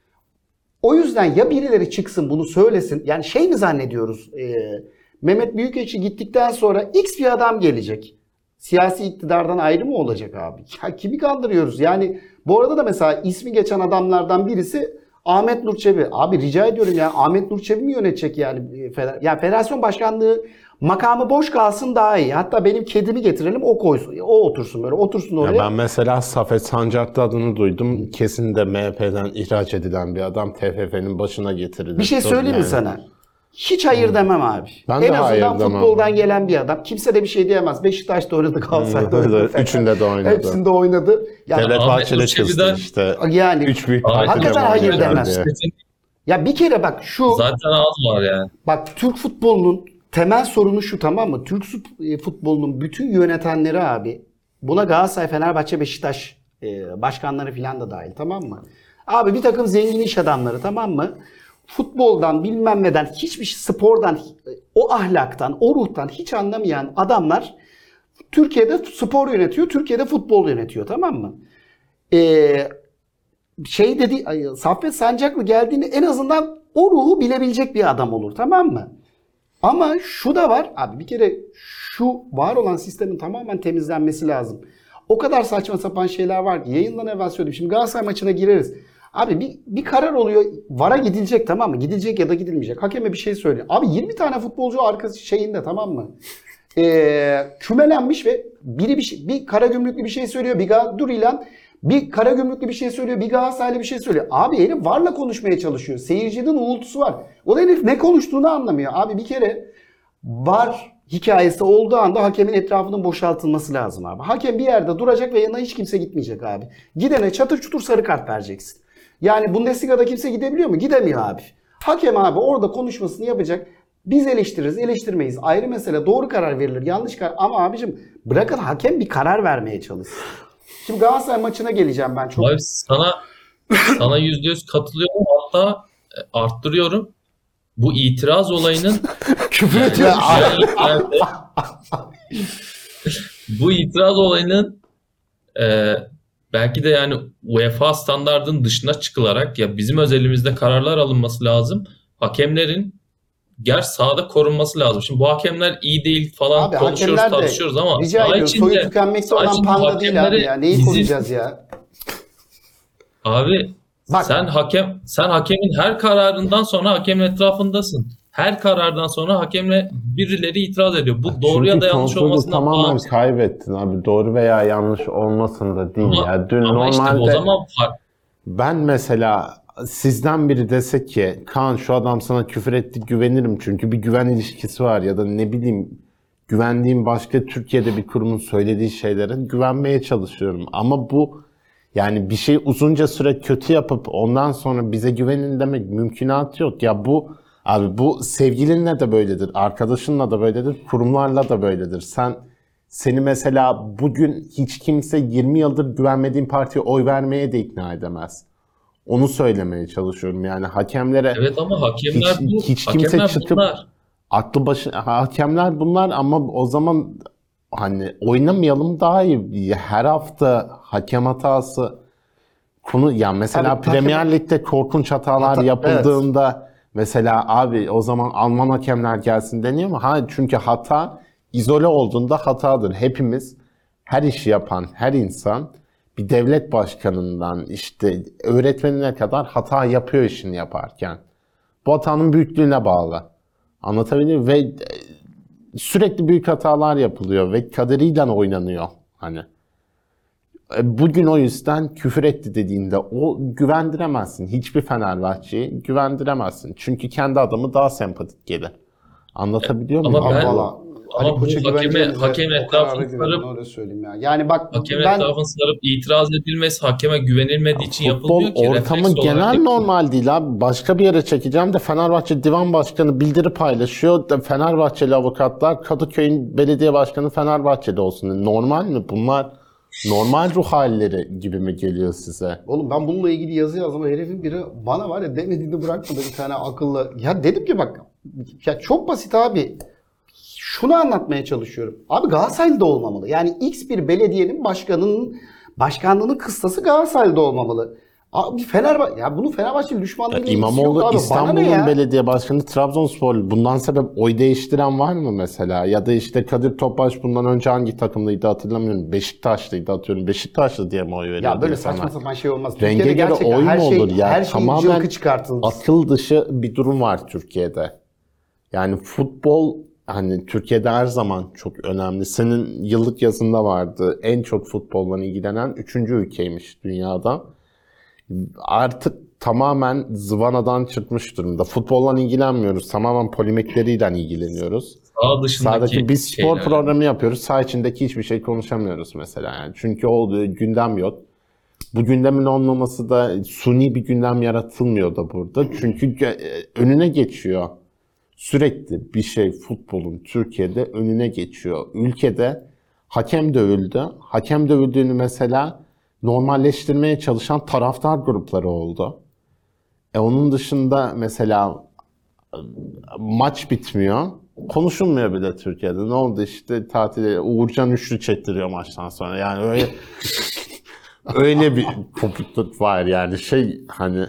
O yüzden ya birileri çıksın bunu söylesin. Yani şey mi zannediyoruz? E, Mehmet Büyükekşi gittikten sonra X bir adam gelecek. Siyasi iktidardan ayrı mı olacak abi? Ya kimi kandırıyoruz? Yani bu arada da mesela ismi geçen adamlardan birisi Ahmet Nur Çebi. Abi rica ediyorum ya, Ahmet Nur Çebi mi yönetecek yani? Yani federasyon başkanlığı makamı boş kalsın daha iyi. Hatta benim kedimi getirelim o koysun. O otursun böyle. Otursun oraya. Ya ben mesela Safet Sancak'ta adını duydum. Kesin de M H P'den ihraç edilen bir adam T F F'nin başına getirildi. Bir şey söyleyeyim mi Yani. sana? Hiç hayır demem abi. Ben en de hayır azından demem. futboldan gelen bir adam. Kimse de bir şey diyemez. Beşiktaş'ta oynadı, Galatasaray'da oynadı. Üçünde de oynadı. Hepsinde oynadı. Yani, Devlet Ahmet Bahçeli Nur Çebi'den- çıktı işte. yani Üç büyük Ahmet partide hakikaten mi hayır oynadılar demem. diye. Nispet'in, Ya bir kere bak şu Zaten az var yani. bak Türk futbolunun temel sorunu şu, tamam mı? Türk sut- futbolunun bütün yönetenleri abi, buna Galatasaray, Fenerbahçe, Beşiktaş e, başkanları filan da dahil, tamam mı? Abi bir takım zengin iş adamları, tamam mı? Futboldan bilmem neden, hiçbir şey, spordan, o ahlaktan, o ruhtan hiç anlamayan adamlar Türkiye'de spor yönetiyor, Türkiye'de futbol yönetiyor, tamam mı? Ee, şey dedi, ay, Saffet Sancaklı geldiğinde en azından o ruhu bilebilecek bir adam olur, tamam mı? Ama şu da var abi, bir kere şu var olan sistemin tamamen temizlenmesi lazım. O kadar saçma sapan şeyler var ki yayından evvel söyledim. Şimdi Galatasaray maçına gireriz. Abi bir, bir karar oluyor. VAR'a gidilecek, tamam mı? Gidilecek ya da gidilmeyecek. Hakeme bir şey söylüyor. Abi yirmi tane futbolcu arkası şeyinde, tamam mı? Ee, kümelenmiş ve biri bir, şey, bir Karagümrüklü bir şey söylüyor. Bir Gal- dur ilan. Bir Karagümrüklü bir şey söylüyor. Bir Galatasaraylı bir şey söylüyor. Abi herif VAR'la konuşmaya çalışıyor. Seyircinin uğultusu var. O da herif ne konuştuğunu anlamıyor. Abi bir kere VAR hikayesi olduğu anda hakemin etrafının boşaltılması lazım abi. Hakem bir yerde duracak ve yanına hiç kimse gitmeyecek abi. Gidene çatır çutur sarı kart vereceksin. Yani Bundesliga'da kimse gidebiliyor mu? Gidemiyor abi. Hakem abi orada konuşmasını yapacak. Biz eleştiririz, eleştirmeyiz. Ayrı mesele, doğru karar verilir, yanlış karar. Ama abicim bırakın hakem bir karar vermeye çalışsın. Şimdi Galatasaray maçına geleceğim ben çok. Abi sana sana yüzde yüz katılıyorum. Hatta e, arttırıyorum. Bu itiraz olayının Küfür yani, ediyor. yani- yani- bu itiraz olayının e, belki de yani UEFA standardının dışına çıkılarak ya bizim özelimizde kararlar alınması lazım. Hakemlerin gerçi sahada korunması lazım. Şimdi bu hakemler iyi değil falan Abi konuşuyoruz, hakemler de tartışıyoruz ama rica saha ediyorum, soyu içinde, tükenmekte saha olan içinde panda değil abi hakemleri ya. Neyi izin- konuşacağız ya? Abi Bak. sen hakem sen hakemin her kararından sonra hakemin etrafındasın. Her karardan sonra hakemle birileri itiraz ediyor. Bu doğru ya da yanlış kontrolü olmasından tamamen bağımsız. kaybettin abi. Doğru veya yanlış olmasın da değil Ama, ya. Dün ama işte normalde o zaman fark. ben mesela sizden biri dese ki Kaan şu adam sana küfür etti, güvenirim çünkü bir güven ilişkisi var ya da ne bileyim güvendiğim başka Türkiye'de bir kurumun söylediği şeylere güvenmeye çalışıyorum. Ama bu yani bir şey uzunca süre kötü yapıp ondan sonra bize güvenin demek mümkünatı yok. Ya bu abi bu sevgilinle de böyledir, arkadaşınla da böyledir, kurumlarla da böyledir. Sen seni mesela bugün hiç kimse yirmi yıldır güvenmediğin partiye oy vermeye de ikna edemez. Onu söylemeye çalışıyorum. Yani hakemlere Evet ama hakemler hiç, bu. hiç kimse Hakemler çıkıp bunlar. aklı başı hakemler bunlar ama o zaman hani oynamayalım daha iyi. Her hafta hakem hatası konu ya mesela Abi, Premier hakem- Lig'de korkunç hatalar Hata- yapıldığında mesela abi o zaman Alman hakemler gelsin deniyor mu? Ha çünkü hata izole olduğunda hatadır. Hepimiz her işi yapan her insan bir devlet başkanından işte öğretmenine kadar hata yapıyor işini yaparken. Bu hatanın büyüklüğüne bağlı. Anlatabiliyor muyum? Ve e, sürekli büyük hatalar yapılıyor ve kaderiyle oynanıyor hani. E, Bugün o yüzden küfür etti dediğinde o güvendiremezsin. Hiçbir Fenerbahçe'yi güvendiremezsin. Çünkü kendi adamı daha sempatik gelir. Anlatabiliyor Ama muyum? ben- Valla ama Ali bu Koç'a hakeme- güveneceğimize hakemin o karara etrafını güvenin, sarıp- öyle söyleyeyim ya. Yani bak Hakemin ben etrafını sarıp itiraz edilmesi hakeme güvenilmediği için Futbol yapılmıyor ki. ortamı Refleks olarak genel yapılıyor. normal değil abi. Başka bir yere çekeceğim de Fenerbahçe Divan Başkanı bildiri paylaşıyor. Da Fenerbahçeli avukatlar Kadıköy'ün belediye başkanı Fenerbahçeli olsun. Normal mi? Bunlar normal ruh halleri gibi mi geliyor size? Oğlum ben bununla ilgili yazı yazdım. Herifin biri bana var ya demediğini bırakmadı bir tane akıllı. Ya dedim ki bak ya çok basit abi. Şunu anlatmaya çalışıyorum. Abi Galatasaray'da olmamalı. Yani X bir belediyenin başkanının başkanlığının kıstası Galatasaray'da olmamalı. Abi Fenerbahçe ya bunu Fenerbahçe düşmanlığıyla ilgisi yok İmamoğlu abi. Bana ne İstanbul'un ya? belediye başkanı Trabzonspor. Bundan sebep oy değiştiren var mı mesela? Ya da işte Kadir Topbaş bundan önce hangi takımdaydı hatırlamıyorum. Beşiktaşlıydı atıyorum. Beşiktaşlı diye mi oy veriyor? Ya böyle diye saçma sana. sapan şey olmaz. Renge Türkiye'de göre gerçekten oy mu her şey, olur ya? her şeyin Tamamen cılkı çıkartılmış. akıl dışı bir durum var Türkiye'de. Yani futbol hani Türkiye'de her zaman çok önemli. Senin yıllık yazında vardı. En çok futbolla ilgilenen üçüncü ülkeymiş dünyada. Artık tamamen zıvanadan çıkmış durumda. Futbolla ilgilenmiyoruz. Tamamen polemikleriyle ilgileniyoruz. Sağ dışındaki Sahadaki bir spor şeyler. programı yapıyoruz. Saha içindeki hiçbir şey konuşamıyoruz mesela. Yani çünkü olduğu gündem yok. bu gündemin olmaması da suni bir gündem yaratılmıyor da burada. Çünkü ge- önüne geçiyor. Sürekli bir şey futbolun Türkiye'de önüne geçiyor. Ülkede hakem dövüldü. Hakem dövüldüğünü mesela normalleştirmeye çalışan taraftar grupları oldu. E onun dışında mesela maç bitmiyor. Konuşulmuyor bile Türkiye'de. Ne oldu işte tatile Uğurcan üçlü çektiriyor maçtan sonra. Yani öyle öyle bir kopukluk var yani şey hani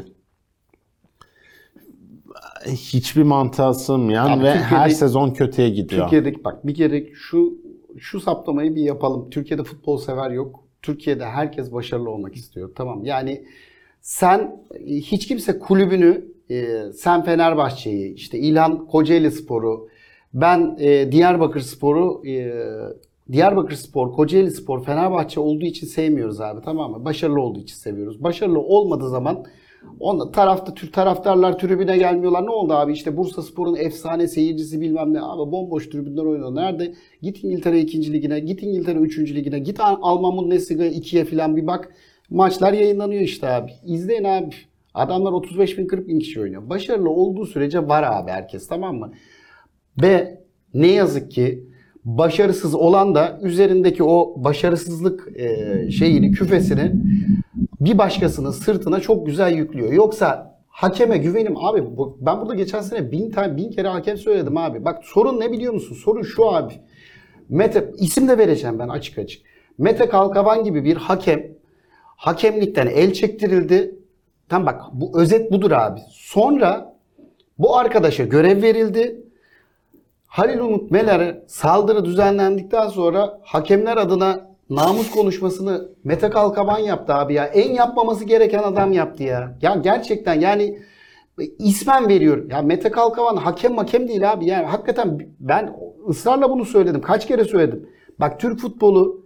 hiçbir mantığa sığmayan Abi ve Türkiye'de- her sezon kötüye gidiyor. Türkiye'deki bak bir kere şu şu saptamayı bir yapalım. Türkiye'de futbol sever yok. Türkiye'de herkes başarılı olmak istiyor. Tamam. Yani sen hiç kimse kulübünü e, sen Fenerbahçe'yi, işte İlhan Kocaelispor'u, ben e, Diyarbakırspor'u e, Diyarbakırspor, Kocaelispor, Fenerbahçe olduğu için sevmiyoruz abi, tamam mı? Başarılı olduğu için seviyoruz. Başarılı olmadığı zaman onda tarafta Türk taraftarlar tribüne gelmiyorlar. Ne oldu abi? İşte Bursaspor'un efsane seyircisi bilmem ne. Abi bomboş tribünler oynuyor. Nerede? Git İngiltere ikinci ligine, git İngiltere üçüncü ligine, git Alman Bundesliga ikiye falan bir bak. Maçlar yayınlanıyor işte abi. İzleyin abi. Adamlar otuz beş bin kırk bin kişi oynuyor. Başarılı olduğu sürece var abi herkes, tamam mı? Ve ne yazık ki başarısız olan da üzerindeki o başarısızlık e, şeyini, küfesini bir başkasının sırtına çok güzel yüklüyor. Yoksa hakeme güvenim abi. Bu, ben burada geçen sene bin tane bin kere hakem söyledim abi. Bak sorun ne biliyor musun? Sorun şu abi. Mete, isim de vereceğim ben açık açık. Mete Kalkavan gibi bir hakem hakemlikten el çektirildi. Tam bak bu özet budur abi. Sonra bu arkadaşa görev verildi. Halil Umut Meler'e saldırı düzenlendikten sonra hakemler adına namus konuşmasını Mete Kalkavan yaptı abi ya. En yapmaması gereken adam yaptı ya. Ya gerçekten yani ismen veriyorum. Ya Mete Kalkavan hakem hakem değil abi. Yani hakikaten ben ısrarla bunu söyledim. Kaç kere söyledim. Bak Türk futbolu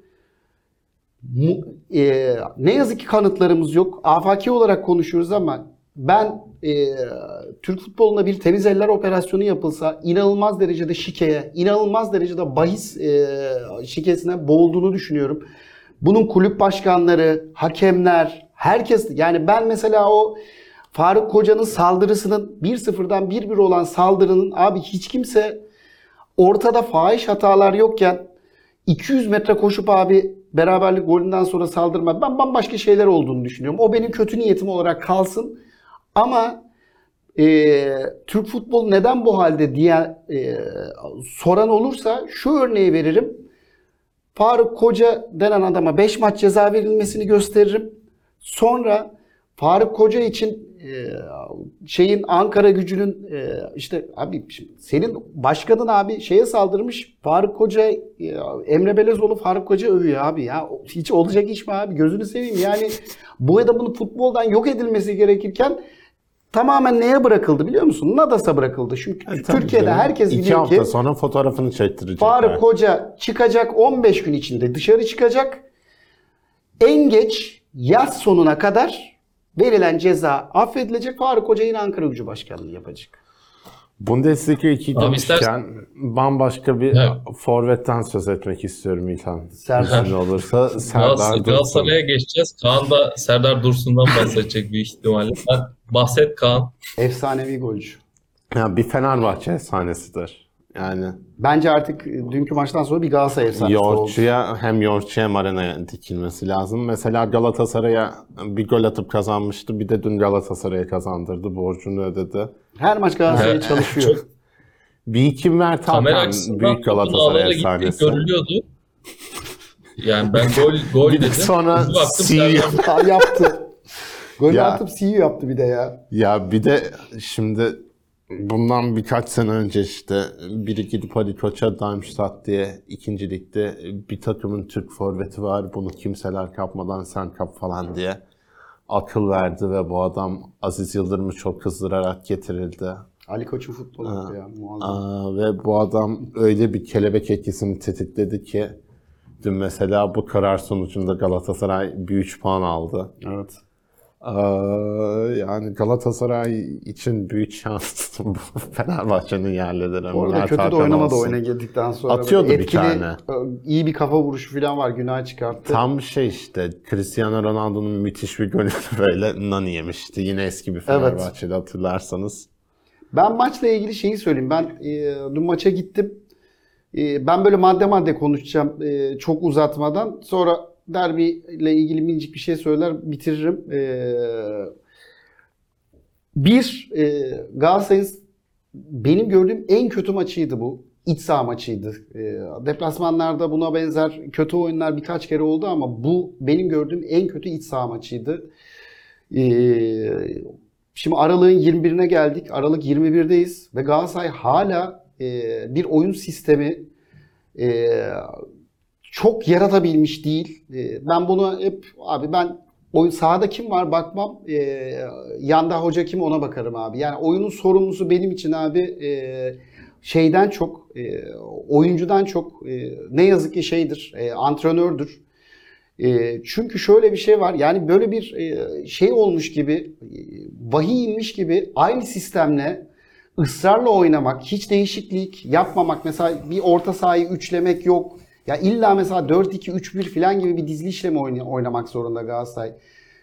mu, e, ne yazık ki kanıtlarımız yok. Afaki olarak konuşuyoruz ama ben e, Türk futbolunda bir temiz eller operasyonu yapılsa inanılmaz derecede şikeye, inanılmaz derecede bahis e, şikesine boğulduğunu düşünüyorum. Bunun kulüp başkanları, hakemler, herkes, yani ben mesela o Faruk Koca'nın saldırısının bir sıfırdan bir bir olan saldırının abi hiç kimse ortada fahiş hatalar yokken iki yüz metre koşup abi beraberlik golünden sonra saldırma. Ben bambaşka şeyler olduğunu düşünüyorum. O benim kötü niyetim olarak kalsın. Ama e, Türk futbolu neden bu halde diye e, soran olursa şu örneği veririm. Faruk Koca denen adama beş maç ceza verilmesini gösteririm. Sonra Faruk Koca için e, şeyin Ankara Gücü'nün e, işte abi senin başkanın abi şeye saldırmış. Faruk Koca, e, Emre Belezoğlu Faruk Koca övüyor abi ya. Hiç olacak iş mi abi? Gözünü seveyim. Yani bu adamın futboldan yok edilmesi gerekirken tamamen neye bırakıldı biliyor musun? Nadas'a bırakıldı. Çünkü E, tabii Türkiye'de canım. herkes İki biliyor hafta ki sonra fotoğrafını çektirecekler. Faruk Koca çıkacak, on beş gün içinde dışarı çıkacak. En geç yaz sonuna kadar verilen ceza affedilecek. Faruk Koca yine Ankara Gücü Başkanlığı yapacak. Bundesliga iki Abi demişken istersen- bambaşka bir Evet. forvetten söz etmek istiyorum İlhan. Serdar. İzin olursa Serdar Galatasaray- Dursun. Galatasaray'a geçeceğiz. Kaan da Serdar Dursun'dan bahsedecek büyük ihtimalle. Sen bahset Kaan. Efsanevi golcü. Yani bir Fenerbahçe efsanesidir. Yani Bence artık dünkü maçtan sonra bir Galatasaray efsanesi oldu. yoğurtçuya hem yoğurtçuya hem arenaya dikilmesi lazım. Mesela Galatasaray'a bir gol atıp kazanmıştı. Bir de dün Galatasaray'a kazandırdı. Borcunu ödedi. Her maç Galatasaray'a Evet. çalışıyor. Çok- Bir iki Mert Kamera Hakan açısından büyük topun Galatasaray ağlara gittiği efsanesi. görülüyordu. Yani ben gol gol Bir de dedim. sonra Bir baktım C E O. Serdar- Ha, yaptı. Golü Ya. atıp C E O yaptı bir de ya. Ya bir de şimdi bundan birkaç sene önce işte biri gidip Ali Koç'a Darmstadt diye ikinci ligde bir takımın Türk forveti var. Bunu kimseler kapmadan sen kap falan diye akıl verdi ve bu adam Aziz Yıldırım'ı çok kızdırarak getirildi. Ali Koç'un futbolu Ha. ya muazzam. Aa, ve bu adam öyle bir kelebek etkisini tetikledi ki dün mesela bu karar sonucunda Galatasaray bir üç puan aldı. Evet. Ee, yani Galatasaray için büyük şans bu Fenerbahçe'nin yerlileri. Orada Mert kötü de Hakan oynamadı olsun. oyuna girdikten sonra. Atıyordu Böyle bir etkili, tane. iyi bir kafa vuruşu falan var. Günah çıkarttı. Tam şey işte Cristiano Ronaldo'nun müthiş bir golü böyle nani yemişti. Yine eski bir Fenerbahçe'de hatırlarsanız. Ben maçla ilgili şeyi söyleyeyim. Ben e, dün maça gittim. E, ben böyle madde madde konuşacağım e, çok uzatmadan. Sonra derbiyle ilgili minicik bir şey söyler bitiririm. E, bir, e, Galatasaray'ın benim gördüğüm en kötü maçıydı bu. İç saha maçıydı. E, deplasmanlarda buna benzer kötü oyunlar birkaç kere oldu ama bu benim gördüğüm en kötü iç saha maçıydı. E, Şimdi Aralık'ın yirmi birine geldik. Aralık yirmi birdeyiz ve Galatasaray hala e, bir oyun sistemi e, çok yaratabilmiş değil. E, ben bunu hep abi ben oyun sahada kim var bakmam. E, yanda hoca kim ona bakarım abi. Yani oyunun sorumlusu benim için abi e, şeyden çok e, oyuncudan çok e, ne yazık ki şeydir. E, antrenördür. E, çünkü şöyle bir şey var. Yani böyle bir e, şey olmuş gibi, e, vahiy inmiş gibi aynı sistemle ısrarla oynamak, hiç değişiklik yapmamak. Mesela bir orta sahayı üçlemek yok. Ya illa mesela dört iki üç bir falan gibi bir dizilişle mi oyna- oynamak zorunda Galatasaray?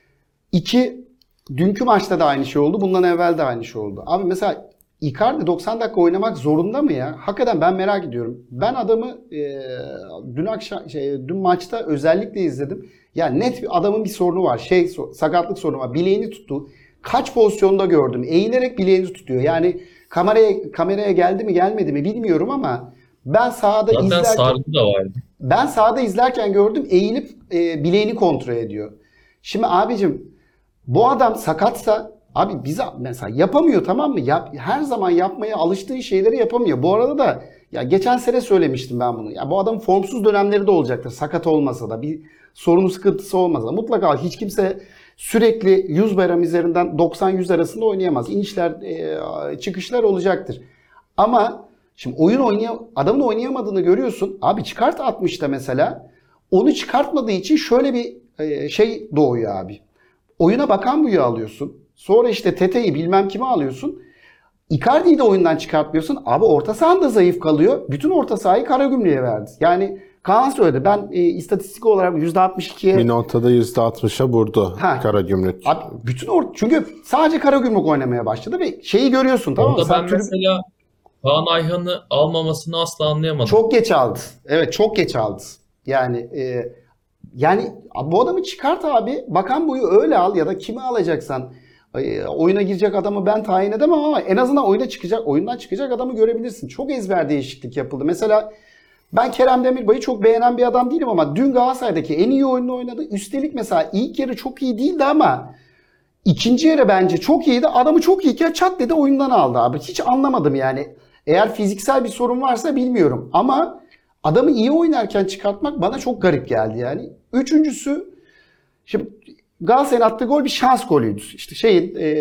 İki, dünkü maçta da aynı şey oldu. Bundan evvel de aynı şey oldu. Abi mesela Icardi doksan dakika oynamak zorunda mı ya? Hakikaten ben merak ediyorum. Ben adamı e, dün akşam şey, dün maçta özellikle izledim. Ya net bir adamın bir sorunu var. Şey sakatlık sorunu var. Bileğini tuttu. Kaç pozisyonda gördüm. Eğilerek bileğini tutuyor. Yani kameraya kameraya geldi mi gelmedi mi bilmiyorum ama ben sahada Zaten izlerken sargı da vardı. ben sahada izlerken gördüm eğilip e, bileğini kontrol ediyor. Şimdi abicim bu adam sakatsa abi bize mesela yapamıyor tamam mı? Yap, her zaman yapmaya alıştığı şeyleri yapamıyor. Bu arada da ya geçen sene söylemiştim ben bunu. Ya bu adam formsuz dönemleri de olacaktır. Sakat olmasa da bir sorunu sıkıntısı olmasa da mutlaka hiç kimse sürekli yüz bayram üzerinden doksan yüz arasında oynayamaz. İnişler, e, çıkışlar olacaktır. Ama şimdi oyun oynaya adamın oynayamadığını görüyorsun. Abi çıkart altmışta mesela. Onu çıkartmadığı için şöyle bir e, şey doğuyor abi. Oyuna bakan buyu alıyorsun. Sonra işte Tete'yi bilmem kimi alıyorsun. Icardi'yi de oyundan çıkartmıyorsun. Abi orta sahan da zayıf kalıyor. Bütün orta sahayı Karagümrük'e verdi. Yani Kaan söyledi. Ben e, istatistik olarak yüzde altmış ikiye... Bir noktada yüzde altmışa vurdu Ha. Karagümrük. Abi bütün or çünkü sadece Karagümrük oynamaya başladı ve şeyi görüyorsun tamam mı? Orada Sen ben tribün- mesela Kaan Ayhan'ı almamasını asla anlayamadım. Çok geç aldı. Evet çok geç aldı. Yani e, yani bu adamı çıkart abi. Bakan boyu öyle al ya da kimi alacaksan e, oyuna girecek adamı ben tayin edemem ama en azından oyuna çıkacak, oyundan çıkacak adamı görebilirsin. Çok ezber değişiklik yapıldı. Mesela ben Kerem Demirbay'ı çok beğenen bir adam değilim ama dün Galatasaray'daki en iyi oyunu oynadı. Üstelik mesela ilk yarı çok iyi değildi ama İkinci yarı bence çok iyiydi. Adamı çok iyiyken çat dedi oyundan aldı abi. Hiç anlamadım yani. Eğer fiziksel bir sorun varsa bilmiyorum. Ama adamı iyi oynarken çıkartmak bana çok garip geldi yani. Üçüncüsü, şimdi Galatasaray'ın attığı gol bir şans golüydü. İşte şeyin e,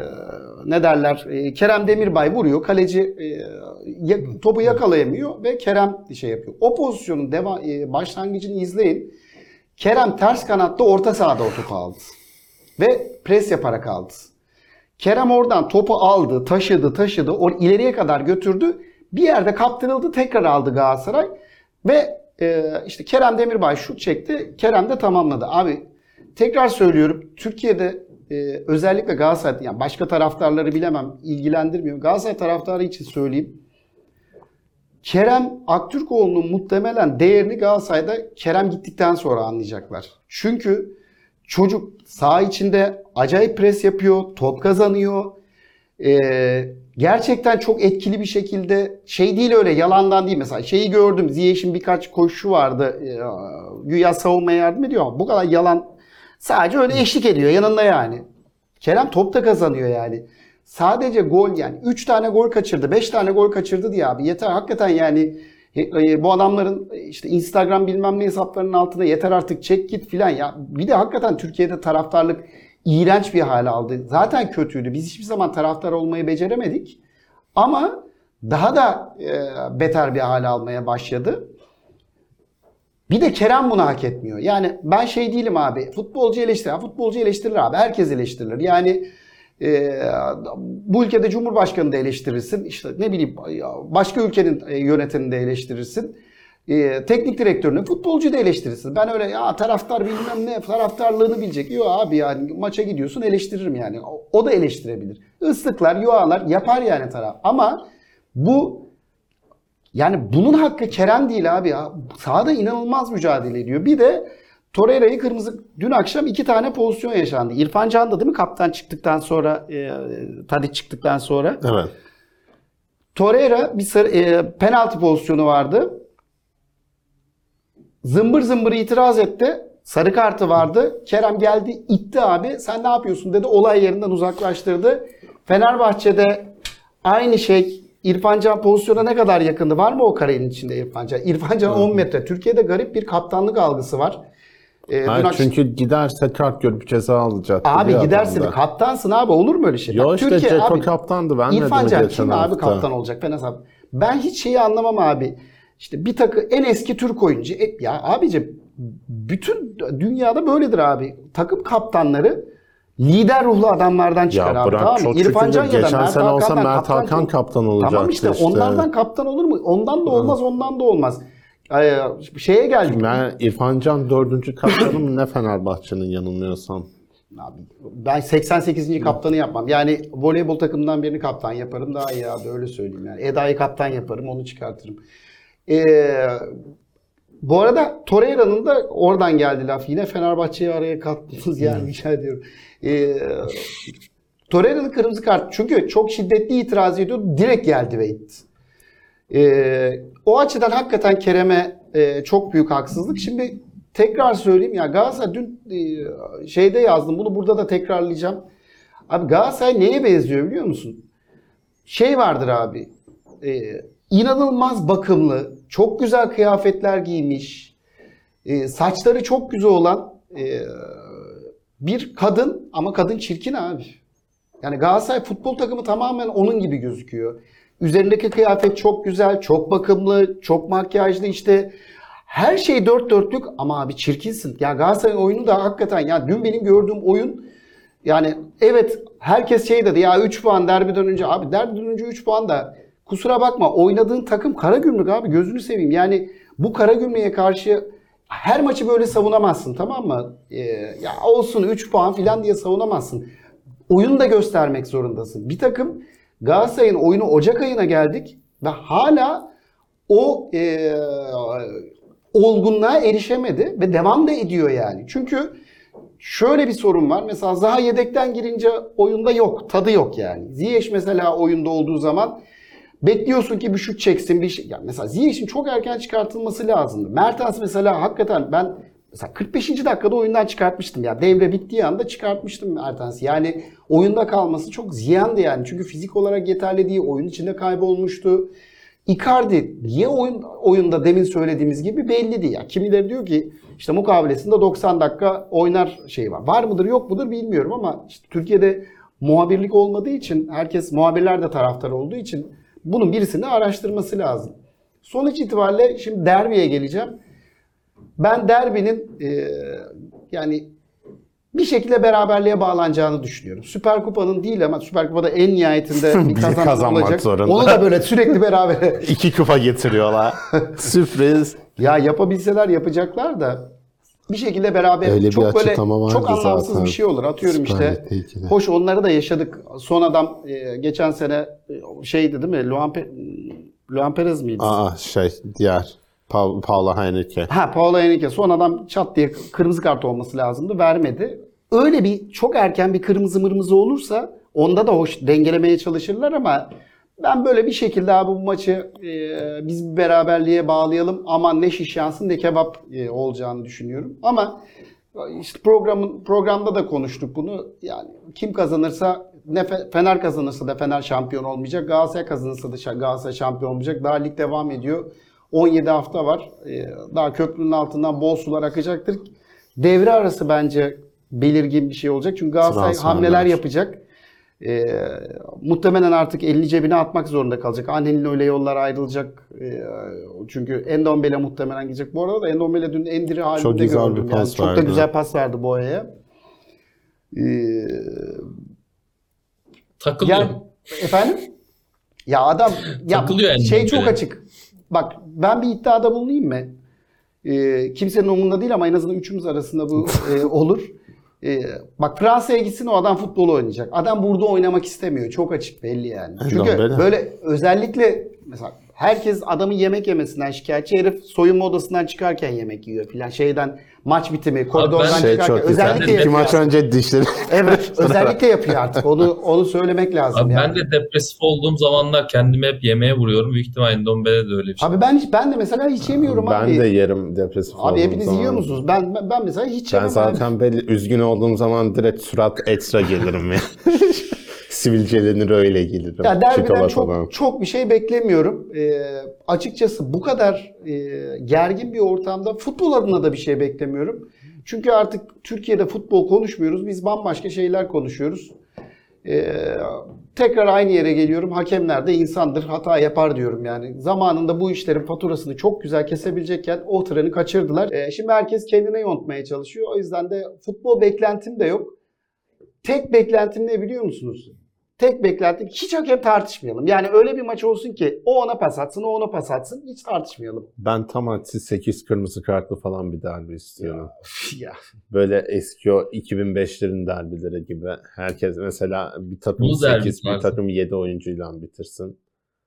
ne derler e, Kerem Demirbay vuruyor. Kaleci e, ya- topu yakalayamıyor ve Kerem şey yapıyor. O pozisyonun deva, e, başlangıcını izleyin. Kerem ters kanatta orta sahada o topu aldı. Ve pres yaparak aldı. Kerem oradan topu aldı, taşıdı, taşıdı. O ileriye kadar götürdü. Bir yerde kaptırıldı, tekrar aldı Galatasaray. Ve e, işte Kerem Demirbay şut çekti. Kerem de tamamladı. Abi tekrar söylüyorum. Türkiye'de e, özellikle Galatasaray, yani başka taraftarları bilemem, ilgilendirmiyor. Galatasaray taraftarı için söyleyeyim. Kerem Aktürkoğlu'nun muhtemelen değerini Galatasaray'da Kerem gittikten sonra anlayacaklar. Çünkü çocuk saha içinde acayip pres yapıyor, top kazanıyor. Ee, gerçekten çok etkili bir şekilde şey değil öyle yalandan değil. Mesela şeyi gördüm. Ziyech'in birkaç koşu vardı. Ee, güya savunmaya yardım ediyor ama bu kadar yalan sadece öyle eşlik ediyor yanında yani. Kerem top da kazanıyor yani. Sadece gol yani üç tane gol kaçırdı, beş tane gol kaçırdı diye abi. Yeter hakikaten yani e, bu adamların işte Instagram bilmem ne hesaplarının altında yeter artık çek git filan ya. Bir de hakikaten Türkiye'de taraftarlık iğrenç bir hale aldı. Zaten kötüydü. Biz hiçbir zaman taraftar olmayı beceremedik. Ama daha da e, beter bir hale almaya başladı. Bir de Kerem bunu hak etmiyor. Yani ben şey değilim abi. Futbolcu eleştirir. Futbolcu eleştirilir abi. Herkes eleştirilir. Yani e, bu ülkede Cumhurbaşkanı da eleştirirsin. İşte ne bileyim başka ülkenin yönetimini de eleştirirsin. E, teknik direktörünü, futbolcuyu da eleştirirsin. Ben öyle ya taraftar bilmem ne taraftarlığını bilecek. Yok abi yani maça gidiyorsun eleştiririm yani. O, o da eleştirebilir. Islıklar, yualar yapar yani taraf. Ama bu yani bunun hakkı Kerem değil abi ya. Sahada inanılmaz mücadele ediyor. Bir de Torreira'yı kırmızı dün akşam iki tane pozisyon yaşandı. İrfan Can da değil mi kaptan çıktıktan sonra e, Tadic çıktıktan sonra. Evet. Torreira bir sarı, e, penaltı pozisyonu vardı. Zımbır zımbır itiraz etti. Sarı kartı vardı. Kerem geldi itti abi. Sen ne yapıyorsun dedi. Olay yerinden uzaklaştırdı. Fenerbahçe'de aynı şey. İrfan Can pozisyona ne kadar yakındı? Var mı o karenin içinde İrfan Can? İrfan Can on metre. Türkiye'de garip bir kaptanlık algısı var. Ee, Hayır, akşam... çünkü giderse kart görüp ceza alacak. Abi giderse bir kaptansın abi. Olur mu öyle şey? Yo Bak, işte Türkiye, Ceko abi, kaptandı. Ben İrfan dedim Can geçen kim hafta. abi kaptan olacak? Ben, hesap... ben hiç şeyi anlamam abi. İşte bir takı en eski Türk oyuncu. E, ya abici bütün dünyada böyledir abi. Takım kaptanları lider ruhlu adamlardan çıkar Ya abi. bırak, Tamam mı? çok İrfan Can şükür ya da geçen Mert sene olsa Hakan'dan Mert kaptan Hakan değil. kaptan olacaktı Tamam işte, işte. onlardan kaptan olur mu? Ondan da olmaz, ondan da olmaz. Ee, şeye geldik. Ben İrfan Can dördüncü kaptanım ne Fenerbahçe'nin yanılmıyorsam. Abi, ben seksen sekizinci kaptanı yapmam. Yani voleybol takımından birini kaptan yaparım daha iyi abi, öyle söyleyeyim yani. Eda'yı kaptan yaparım, onu çıkartırım. Ee, bu arada Torreira'nın da oradan geldi laf. Yine Fenerbahçe'yi araya kattınız yani, rica ediyorum. Ee, Torreira'nın kırmızı kart çünkü çok şiddetli itiraz ediyordu. Direkt geldi ve itti. Ee, o açıdan hakikaten Kerem'e e, çok büyük haksızlık. Şimdi tekrar söyleyeyim ya, Galatasaray dün e, şeyde yazdım, bunu burada da tekrarlayacağım. Abi Galatasaray neye benziyor biliyor musun? Şey vardır abi, e, inanılmaz bakımlı, çok güzel kıyafetler giymiş, e, saçları çok güzel olan e, bir kadın, ama kadın çirkin abi. Yani Galatasaray futbol takımı tamamen onun gibi gözüküyor. Üzerindeki kıyafet çok güzel, çok bakımlı, çok makyajlı, işte her şey dört dörtlük ama abi çirkinsin. Ya Galatasaray'ın oyunu da hakikaten, ya dün benim gördüğüm oyun, yani evet herkes şey dedi ya, üç puan derbiden önce, abi derbiden önce üç puan da kusura bakma, oynadığın takım Karagümrük abi, gözünü seveyim. Yani bu Karagümrük'e karşı her maçı böyle savunamazsın, tamam mı? Ee, ya olsun üç puan falan diye savunamazsın. Oyunu da göstermek zorundasın. Bir takım Galatasaray'ın oyunu Ocak ayına geldik ve hala o e, olgunluğa erişemedi ve devam da ediyor yani. Çünkü şöyle bir sorun var. Mesela Zaha yedekten girince oyunda yok. Tadı yok yani. Ziyech mesela oyunda olduğu zaman bekliyorsun ki bir şut çeksin. Bir şey. Yani mesela Ziyech'in çok erken çıkartılması lazımdı. Mertens mesela hakikaten ben mesela kırk beşinci dakikada oyundan çıkartmıştım ya. Devre bittiği anda çıkartmıştım Mertens'i. Yani oyunda kalması çok ziyandı yani. Çünkü fizik olarak yeterli değil. Oyun içinde kaybolmuştu. Icardi niye oyun, oyunda demin söylediğimiz gibi belliydi ya. Kimileri diyor ki işte mukavelesinde doksan dakika oynar şeyi var. Var mıdır yok mudur bilmiyorum ama işte Türkiye'de muhabirlik olmadığı için, herkes, muhabirler de taraftar olduğu için bunun birisini araştırması lazım. Sonuç itibariyle şimdi derbiye geleceğim. Ben derbinin e, yani bir şekilde beraberliğe bağlanacağını düşünüyorum. Süper Kupa'nın değil ama Süper Kupa'da en nihayetinde bir kazanan kazanmak olacak. zorunda. Onu da böyle sürekli beraber. İki kupa getiriyorlar. Sürpriz. Ya yapabilseler yapacaklar da bir şekilde beraber, Öyle bir çok böyle açıklama vardı çok anlamsız zaten. bir şey olur. Atıyorum Süper işte. Lig'de ikide. Hoş, onları da yaşadık. Son adam e, geçen sene e, şeydi değil mi? Luan, Pe Luan Perez miydi? Aa şey diğer. Pa Paula Heineke. Ha, Paolo Henrique. Son adam çat diye kırmızı kart olması lazımdı. Vermedi. Öyle bir çok erken bir kırmızı mırmızı olursa onda da hoş dengelemeye çalışırlar ama ben böyle bir şekilde abi bu maçı e, biz bir beraberliğe bağlayalım. Aman ne şiş yansın ne kebap e, olacağını düşünüyorum. Ama işte programın programda da konuştuk bunu. Yani kim kazanırsa, ne Fener kazanırsa da Fener şampiyon olmayacak. Galatasaray kazanırsa da Galatasaray şampiyon olmayacak. Daha lig devam ediyor. on yedi hafta var. Daha köprünün altından bol sular akacaktır. Devre arası bence belirgin bir şey olacak. Çünkü Galatasaray Transferler. hamleler yapacak. E, muhtemelen artık elini cebine atmak zorunda kalacak. Anel'in öyle yollar ayrılacak. E, çünkü Endombele muhtemelen gidecek. Bu arada da Endombele dün Endiri halinde Çok güzel gördüm. bir pas yani. Çok da verdi. güzel pas verdi Boya'ya. E, Takılıyor. ya, efendim? Ya adam ya Takılıyor yani şey böyle. çok açık. Bak ben bir iddiada bulunayım mı? Ee, kimsenin umurunda değil ama en azından üçümüz arasında bu e, olur. Ee, bak Fransa'ya gitsin o adam futbolu oynayacak. Adam burada oynamak istemiyor. Çok açık belli yani. Çünkü Endombele. böyle özellikle mesela herkes adamın yemek yemesinden şikayetçi. Herif soyunma odasından çıkarken yemek yiyor filan. Şeyden maç bitimi, koridordan ben- Şey çıkarken çok güzel. özellikle İki yapıyor. maç önce dişleri. Evet, özellikle yapıyor artık. Onu onu söylemek lazım Abi yani. ben de depresif olduğum zamanlar kendimi hep yemeğe vuruyorum. Büyük ihtimalle Endombele de öyle bir şey. Abi ben hiç ben de mesela hiç yemiyorum Ben abi. de yerim depresif Abi olduğum hepiniz zaman. yiyor musunuz? Ben ben, ben mesela hiç Ben yemem zaten abi. belli üzgün olduğum zaman direkt surat ekstra gelirim ya. Sivilcelenir öyle gelirim. Ya derbiden Çikolatadan. çok çok bir şey beklemiyorum. Ee, açıkçası bu kadar e, gergin bir ortamda futbol adına da bir şey beklemiyorum. Çünkü artık Türkiye'de futbol konuşmuyoruz. Biz bambaşka şeyler konuşuyoruz. Ee, tekrar aynı yere geliyorum. Hakemler de insandır, hata yapar diyorum yani. Zamanında bu işlerin faturasını çok güzel kesebilecekken o treni kaçırdılar. Ee, şimdi herkes kendine yontmaya çalışıyor. O yüzden de futbol beklentim de yok. Tek beklentim ne biliyor musunuz? Tek beklentim hiç hakem tartışmayalım. Yani öyle bir maç olsun ki o ona pas atsın, o ona pas atsın. Hiç tartışmayalım. Ben tam aksi sekiz kırmızı kartlı falan bir derbi istiyorum. Ya. Böyle eski o iki bin beşlerin derbileri gibi. Herkes mesela bir takım Bu derbi sekiz, bir tarzı. takım yedi oyuncuyla bitirsin.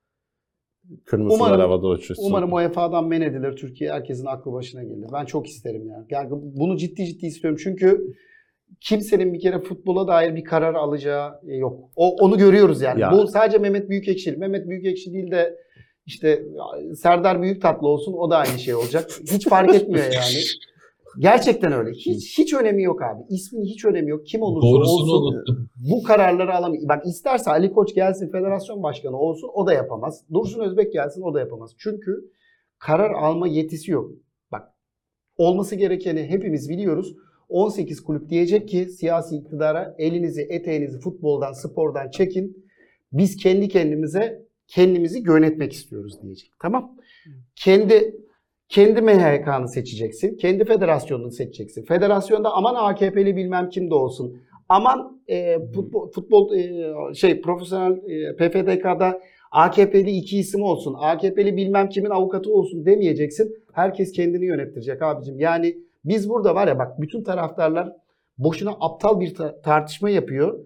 Kırmızılar Umarım- havada uçuşsun. Umarım U E F A'dan men edilir. Türkiye herkesin aklı başına gelir. Ben çok isterim yani. Yani bunu ciddi ciddi istiyorum. Çünkü kimsenin bir kere futbola dair bir karar alacağı yok. O, onu görüyoruz yani. Ya. Bu sadece Mehmet Büyükekşi. Mehmet Büyükekşi değil de işte Serdar Büyüktatlı olsun o da aynı şey olacak. Hiç fark etmiyor yani. Gerçekten öyle. Hiç hiç önemi yok abi. İsmin hiç önemi yok. Kim olursa Doğrusunu olsun unuttum. bu kararları alamıyor. Bak isterse Ali Koç gelsin federasyon başkanı olsun o da yapamaz. Dursun Özbek gelsin o da yapamaz. Çünkü karar alma yetisi yok. Bak olması gerekeni hepimiz biliyoruz. on sekiz kulüp diyecek ki siyasi iktidara elinizi eteğinizi futboldan spordan çekin. Biz kendi kendimize kendimizi yönetmek istiyoruz diyecek. Tamam. Kendi kendi M H K'nı seçeceksin. Kendi federasyonunu seçeceksin. Federasyonda aman A K P'li bilmem kim de olsun. Aman e, futbol, futbol e, şey profesyonel e, P F D K'da A K P'li iki isim olsun. A K P'li bilmem kimin avukatı olsun demeyeceksin. Herkes kendini yönettirecek abicim. Yani biz burada var ya bak bütün taraftarlar boşuna aptal bir ta- tartışma yapıyor.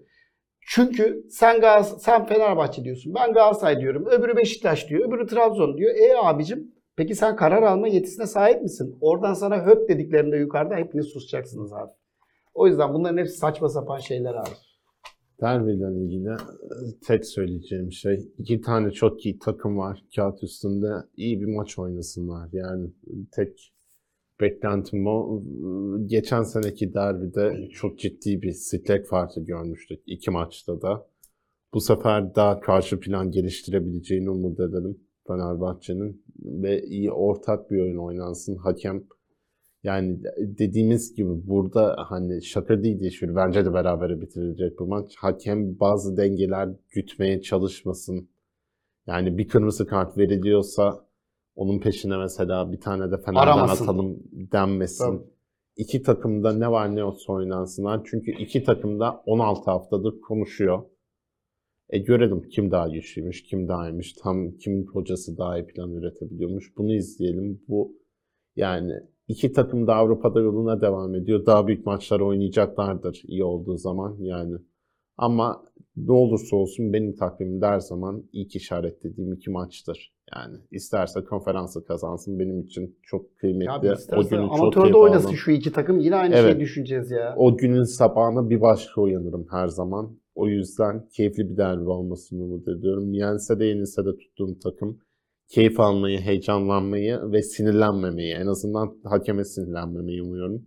Çünkü sen Galatasaray, sen Fenerbahçe diyorsun. Ben Galatasaray diyorum. Öbürü Beşiktaş diyor. Öbürü Trabzon diyor. E abicim peki sen karar alma yetisine sahip misin? Oradan sana höt dediklerinde yukarıda hepiniz susacaksınız abi. O yüzden bunların hepsi saçma sapan şeyler abi. Derbiyle ilgili tek söyleyeceğim şey, iki tane çok iyi takım var kağıt üstünde, iyi bir maç oynasınlar. Yani tek beklentim o. Geçen seneki derbide çok ciddi bir siklek farkı görmüştük iki maçta da. Bu sefer daha karşı plan geliştirebileceğini umut edelim Fenerbahçe'nin ve iyi ortak bir oyun oynansın. Hakem yani dediğimiz gibi burada hani şaka değil diye şöyle bence de berabere bitirilecek bu maç. Hakem bazı dengeler gütmeye çalışmasın. Yani bir kırmızı kart veriliyorsa onun peşine mesela bir tane de Fener'den Aramasın. atalım denmesin. Tabii. İki takımda ne var ne yoksa oynansınlar. Çünkü iki takım da on altı haftadır konuşuyor. E görelim kim daha güçlüymüş, kim daha iyiymiş, tam kimin hocası daha iyi plan üretebiliyormuş. Bunu izleyelim. Bu yani iki takım da Avrupa'da yoluna devam ediyor. Daha büyük maçlar oynayacaklardır iyi olduğu zaman yani. Ama ne olursa olsun benim takvimimde her zaman ilk işaretlediğim iki maçtır. Yani isterse konferansı kazansın benim için çok kıymetli. Ya bir O isterse günün çok amatörde keyif oynasın aldım. şu iki takım yine aynı Evet. şeyi düşüneceğiz ya. O günün sabahına bir başka uyanırım her zaman. O yüzden keyifli bir derbi olmasını umut ediyorum. Yense de yenilse de tuttuğum takım keyif almayı, heyecanlanmayı ve sinirlenmemeyi, en azından hakeme sinirlenmemeyi umuyorum.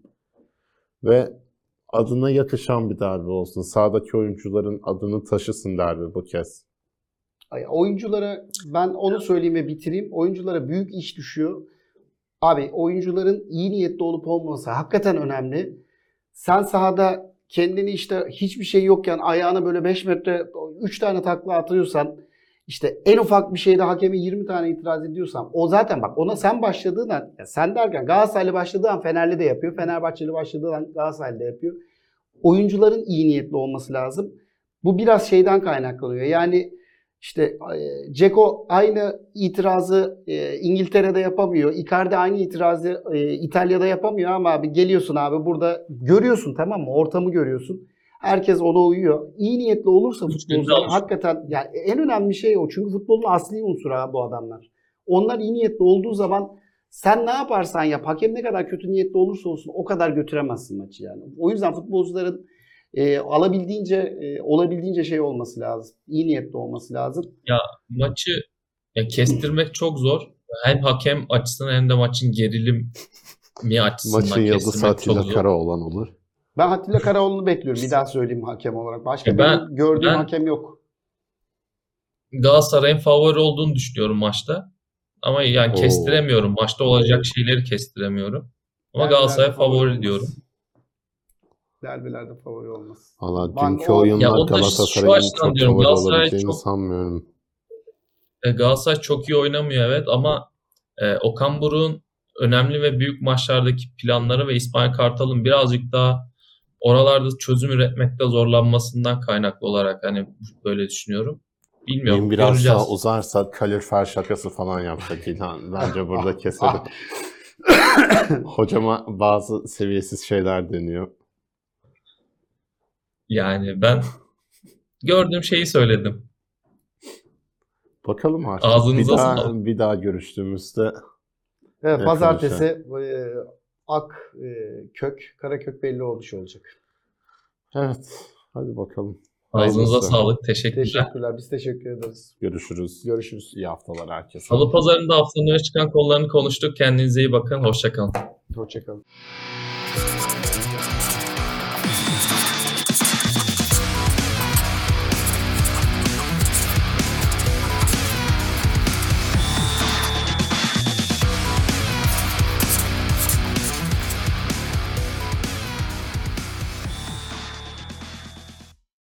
Ve adına yakışan bir derbi olsun. Sahadaki oyuncuların adını taşısın derbi bu kez. Ay, oyunculara ben onu söyleyeyim ve bitireyim. Oyunculara büyük iş düşüyor. Abi oyuncuların iyi niyetli olup olmaması hakikaten önemli. Sen sahada kendini işte hiçbir şey yokken ayağına böyle beş metre üç tane takla atıyorsan, işte en ufak bir şeyde hakeme yirmi tane itiraz ediyorsan, o zaten bak ona sen başladığın an, ya sen derken Galatasaraylı başladığı an Fenerli de yapıyor, Fenerbahçeli başladığı an Galatasaraylı da yapıyor. Oyuncuların iyi niyetli olması lazım. Bu biraz şeyden kaynaklanıyor. Yani işte e, Dzeko aynı itirazı e, İngiltere'de yapamıyor. Icardi aynı itirazı e, İtalya'da yapamıyor ama abi geliyorsun abi burada görüyorsun, tamam mı? Ortamı görüyorsun. Herkes ona uyuyor. İyi niyetli olursa Üç günde futbolcular alır. hakikaten, yani en önemli şey o. Çünkü futbolun asli unsuru abi bu adamlar. Onlar iyi niyetli olduğu zaman sen ne yaparsan yap, hakem ne kadar kötü niyetli olursa olsun o kadar götüremezsin maçı yani. O yüzden futbolcuların e, alabildiğince, e, olabildiğince şey olması lazım. İyi niyetli olması lazım. Ya maçı ya kestirmek çok zor. Hem hakem açısından hem de maçın gerilim mi açısından Maçın yıldızı kestirmek çok Atilla zor. Karaoğlan olur. Ben Atilla Karaoğlu'nu bekliyorum. Bir daha söyleyeyim hakem olarak. Başka Ya ben- benim gördüğüm ben- hakem yok. Galatasaray'ın favori olduğunu düşünüyorum maçta. Ama yani Oo. kestiremiyorum. Maçta olacak şeyleri kestiremiyorum. Ama Derbilerde Galatasaray'a favori olmaz. diyorum. Derbilerde favori olmaz. Valla Ben dünkü o- oyunlar Ya o da şu Galatasaray'ın açıdan çok diyorum, favori Galatasaray olabileceğini çok- sanmıyorum. E, Galatasaray çok iyi oynamıyor evet ama e, Okan Buruk'un önemli ve büyük maçlardaki planları ve İsmail Kartal'ın birazcık daha oralarda çözüm üretmekte zorlanmasından kaynaklı olarak hani böyle düşünüyorum. Bilmiyorum. Benim biraz göreceğiz. daha uzarsa kalorifer şakası falan yapsak İlhan. Bence burada keselim. Hocama bazı seviyesiz şeyler deniyor. Yani ben gördüğüm şeyi söyledim. Bakalım artık. Ağzınıza bir daha, sağlık. bir daha görüştüğümüzde Evet, Evet, pazartesi e, ak, e, kök, kara kök belli olmuş olacak. evet. Hadi bakalım. Ağzınıza Hayırlısı. sağlık. Teşekkürler. Teşekkürler. Biz teşekkür ederiz. Görüşürüz. Görüşürüz. İyi haftalar herkese. Salı pazarında haftanın öne çıkan konularını konuştuk. Kendinize iyi bakın. Hoşça kalın. Hoşçakalın.